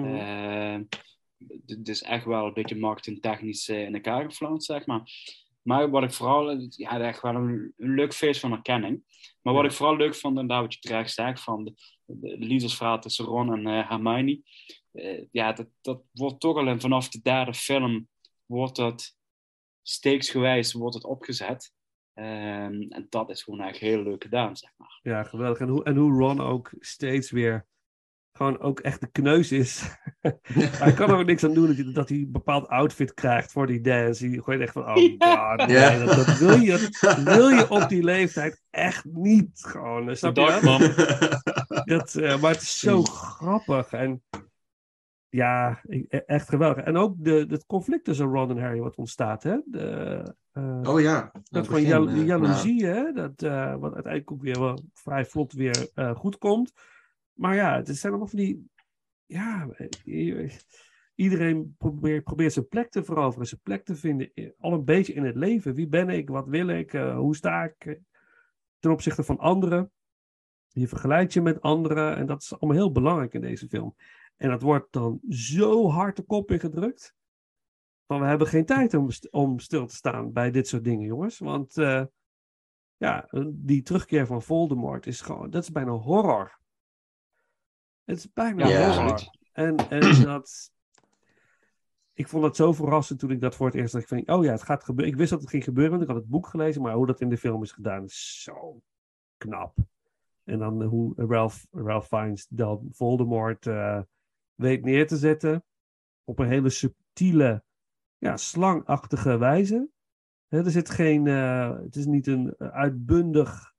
Speaker 5: Het is echt wel een beetje marketingtechnisch in elkaar geflanst, zeg maar. Maar wat ik vooral... echt wel een leuk feest van herkenning. Maar wat ik vooral leuk vond, en daar wat je terecht zegt, van de liefdesverhaal tussen Ron en Hermione. Dat wordt toch al vanaf de 3e film wordt dat steeksgewijs opgezet. En dat is gewoon eigenlijk heel leuk gedaan, zeg maar.
Speaker 4: Ja, geweldig. En hoe Ron ook steeds weer gewoon ook echt de kneus is. Hij kan er ook niks aan doen dat hij een bepaald outfit krijgt voor die dance. Hij gooit echt van, oh god, nee,
Speaker 3: Ja.
Speaker 4: dat wil je op die leeftijd echt niet. Gewoon, snap je dat?
Speaker 5: Man.
Speaker 4: Maar het is zo grappig. En ja, echt geweldig. En ook het conflict tussen Ron en Harry wat ontstaat. Hè?
Speaker 3: Oh ja.
Speaker 4: Dat van jaloezie, hè? Wat uiteindelijk ook weer wel vrij vlot weer goed komt. Maar ja, het zijn allemaal van die... Ja, iedereen probeert zijn plek te veroveren. Zijn plek te vinden. Al een beetje in het leven. Wie ben ik? Wat wil ik? Hoe sta ik ten opzichte van anderen? Je vergelijkt je met anderen. En dat is allemaal heel belangrijk in deze film. En dat wordt dan zo hard de kop ingedrukt. Van we hebben geen tijd om stil te staan bij dit soort dingen, jongens. Want die terugkeer van Voldemort is gewoon... Dat is bijna horror. Het is bijna horror.
Speaker 5: Absoluut.
Speaker 4: En dat... Ik vond het zo verrassend toen ik dat voor het eerst dacht. Oh ja, het gaat gebeuren. Ik wist dat het ging gebeuren, want ik had het boek gelezen. Maar hoe dat in de film is gedaan is zo knap. En dan hoe Ralph Fiennes dan Voldemort weet neer te zetten. Op een hele subtiele, slangachtige wijze. Er zit geen... het is niet een uitbundig...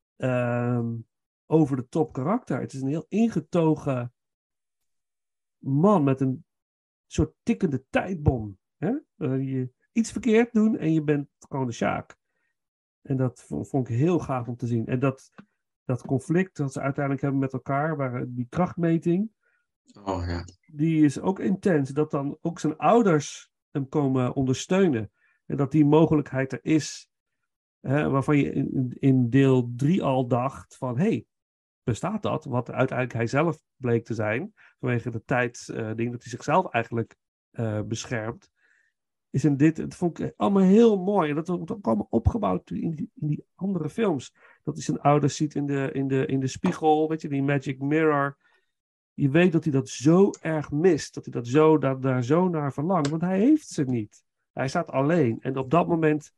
Speaker 4: over de top karakter. Het is een heel ingetogen man met een soort tikkende tijdbom. Hè? Je iets verkeerd doen en je bent gewoon de Sjaak. En dat vond ik heel gaaf om te zien. En dat conflict dat ze uiteindelijk hebben met elkaar, waar die krachtmeting,
Speaker 3: Oh ja.
Speaker 4: die is ook intens. Dat dan ook zijn ouders hem komen ondersteunen. En dat die mogelijkheid er is, waarvan je in deel 3 al dacht van, hey, bestaat dat? Wat uiteindelijk hij zelf bleek te zijn, vanwege de tijdsding dat hij zichzelf eigenlijk beschermt, is in dit, het vond ik allemaal heel mooi. En dat wordt ook allemaal opgebouwd in die andere films. Dat hij zijn ouders ziet in de spiegel, weet je, die magic mirror. Je weet dat hij dat zo erg mist, dat hij daar zo naar verlangt, want hij heeft ze niet. Hij staat alleen. En op dat moment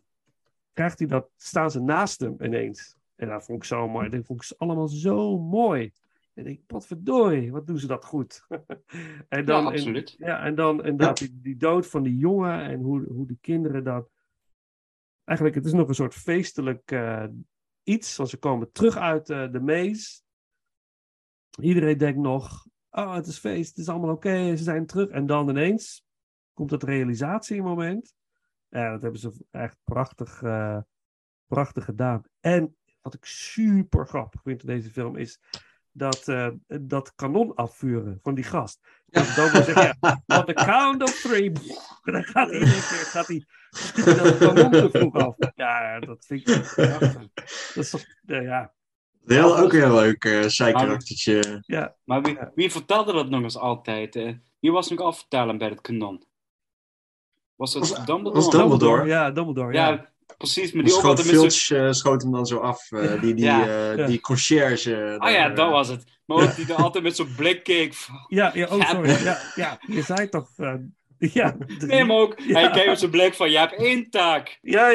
Speaker 4: staan ze naast hem ineens. En dat vond ik zo mooi. Dat vond ik allemaal zo mooi. En ik, potverdorie, wat doen ze dat goed. En dan,
Speaker 5: absoluut.
Speaker 4: En dan inderdaad die dood van die jongen en hoe die kinderen dat... Eigenlijk, het is nog een soort feestelijk iets. Want ze komen terug uit de maze. Iedereen denkt nog, oh, het is feest, het is allemaal oké, ze zijn terug. En dan ineens komt dat realisatiemoment. Ja, dat hebben ze echt prachtig gedaan. En wat ik super grappig vind in deze film is dat kanon afvuren van die gast. Dat dan zeggen, on the count of 3. Dan gaat hij dat kanon te vroeg af. Ja, dat vind ik prachtig. Dat is toch,
Speaker 3: Ook een heel leuk zijkaraktertje.
Speaker 4: Ja.
Speaker 5: Maar wie vertelde dat nog eens altijd? Wie was nog afvertalen bij het kanon? Was dat Dumbledore?
Speaker 3: Was Dumbledore?
Speaker 4: Ja, Dumbledore.
Speaker 5: Ja, precies. Maar die ook altijd
Speaker 3: Filch schoot hem dan zo af. Die conciërge.
Speaker 5: Dat was het. Maar ook die er altijd met zo'n blik keek.
Speaker 4: Sorry. Ja, je zei toch...
Speaker 5: Nee, maar ook, hij kijkt met zijn blik van, je hebt 1 taak.
Speaker 4: Ja.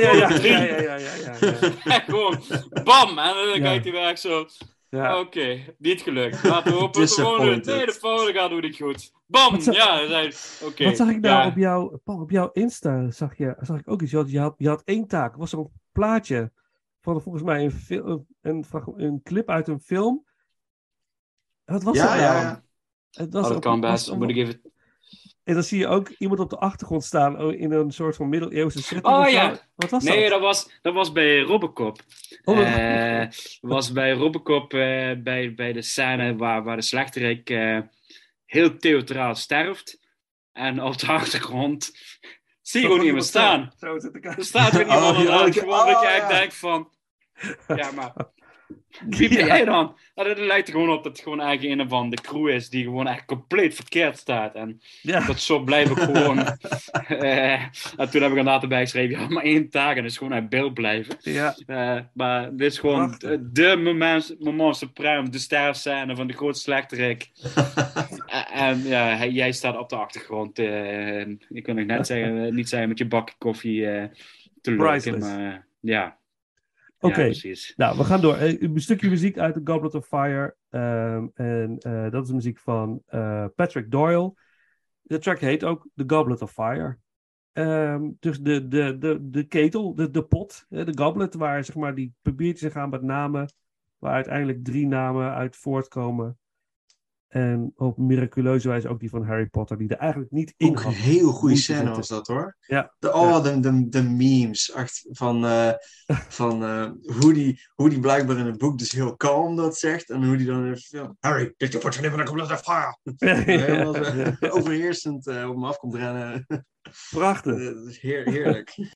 Speaker 5: En gewoon, bam! En dan kijkt hij weg zo. Ja. Oké, niet gelukt. Laten we hopen de volgende gaat doen niet goed. Bam! Wat
Speaker 4: zag ik nou op jouw Insta? Zag ik ook iets. Je had 1 taak. Er was zo'n plaatje van volgens mij een clip uit een film. Wat was dat nou?
Speaker 5: Ja. Dat kan best. Moet ik even...
Speaker 4: En dan zie je ook iemand op de achtergrond staan in een soort van middeleeuwse setting.
Speaker 5: Oh ja.
Speaker 4: Wat was
Speaker 5: dat? Nee,
Speaker 4: dat
Speaker 5: was bij Robocop. Was bij Robocop bij de scène waar de slechterik heel theatraal sterft. En op de achtergrond zie je gewoon iemand staan.
Speaker 4: Zo zit
Speaker 5: er staat weer iemand aan het gewoon dat je echt denkt van... Ja, maar... Wie ben jij dan? Het lijkt er gewoon op dat het gewoon eigenlijk een van de crew is die gewoon echt compleet verkeerd staat. En dat zo blijf ik gewoon... en toen heb ik inderdaad erbij geschreven, ja, maar 1 taak en dat is gewoon uit beeld blijven.
Speaker 4: Ja.
Speaker 5: Maar dit is gewoon de moment supreme, de sterfscène van de grote slechterik. En jij staat op de achtergrond. Ik wil nog net zeggen, niet zeggen met je bakje koffie te lukken, maar... Ja.
Speaker 4: Oké.
Speaker 5: Ja, precies.
Speaker 4: Nou, we gaan door. Een stukje muziek uit The Goblet of Fire. Dat is de muziek van Patrick Doyle. De track heet ook The Goblet of Fire. Dus de ketel, de pot, de goblet, waar zeg maar die papiertjes gaan met namen, waar uiteindelijk 3 namen uit voortkomen. En op miraculeuze wijze ook die van Harry Potter, die er eigenlijk niet in
Speaker 3: Ook
Speaker 4: had.
Speaker 3: een heel goede
Speaker 4: moeten
Speaker 3: scène
Speaker 4: zitten.
Speaker 3: was dat, hoor.
Speaker 4: Ja.
Speaker 3: De memes van hoe die blijkbaar in het boek dus heel kalm dat zegt. En hoe die dan in de film... Harry, did you put your name in a goblet of fire? Helemaal zo overheersend op me af komt rennen.
Speaker 4: Prachtig.
Speaker 3: Dat is heerlijk.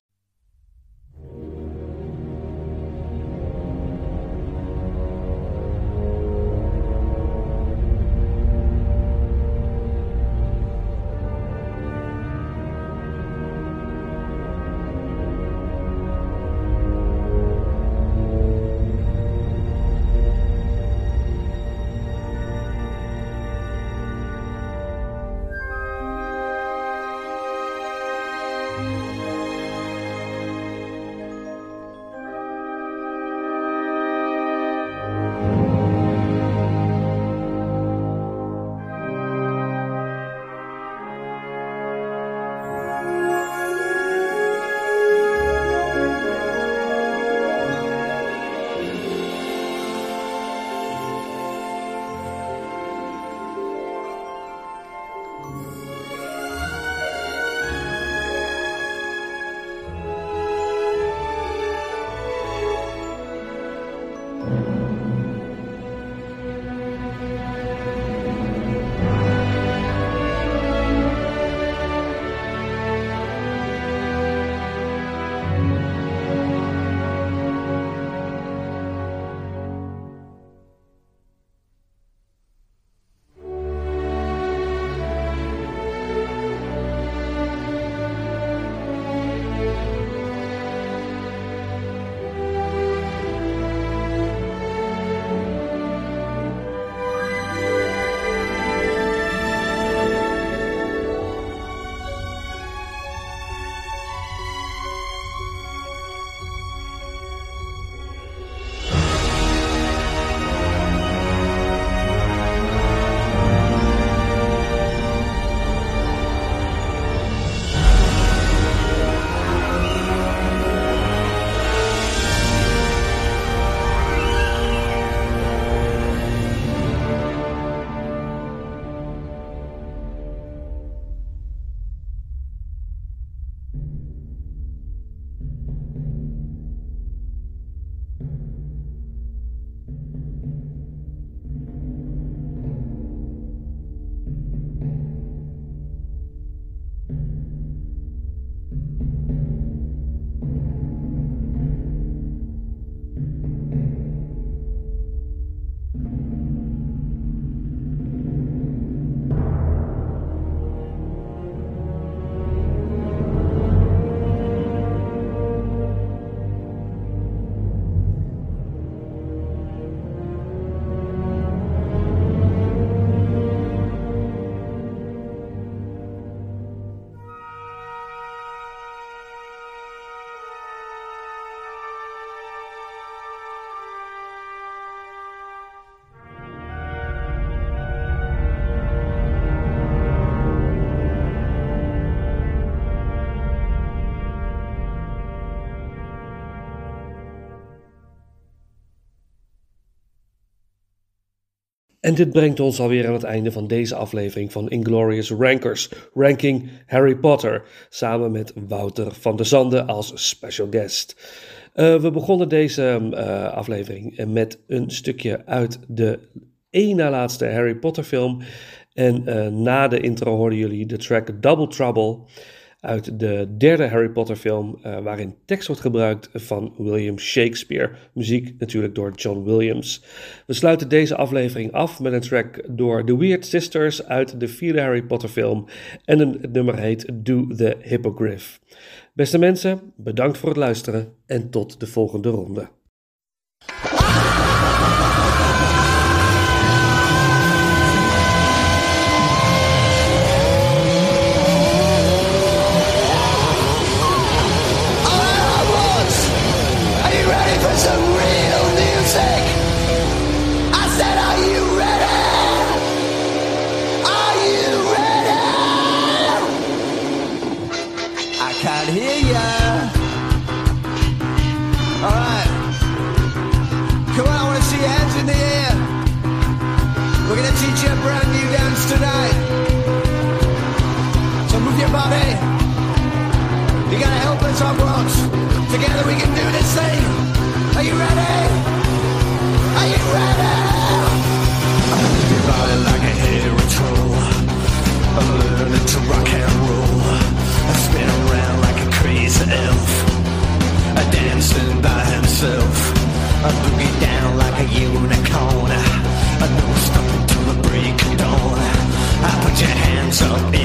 Speaker 4: En dit brengt ons alweer aan het einde van deze aflevering van Inglorious Rankers, ranking Harry Potter, samen met Wouter van der Zande als special guest. We begonnen deze aflevering met een stukje uit de één na laatste Harry Potter film. En na de intro hoorden jullie de track Double Trouble uit de derde Harry Potter film, waarin tekst wordt gebruikt van William Shakespeare. Muziek natuurlijk door John Williams. We sluiten deze aflevering af met een track door The Weird Sisters uit de vierde Harry Potter film. En het nummer heet Do the Hippogriff. Beste mensen, bedankt voor het luisteren en tot de volgende ronde.
Speaker 6: hands up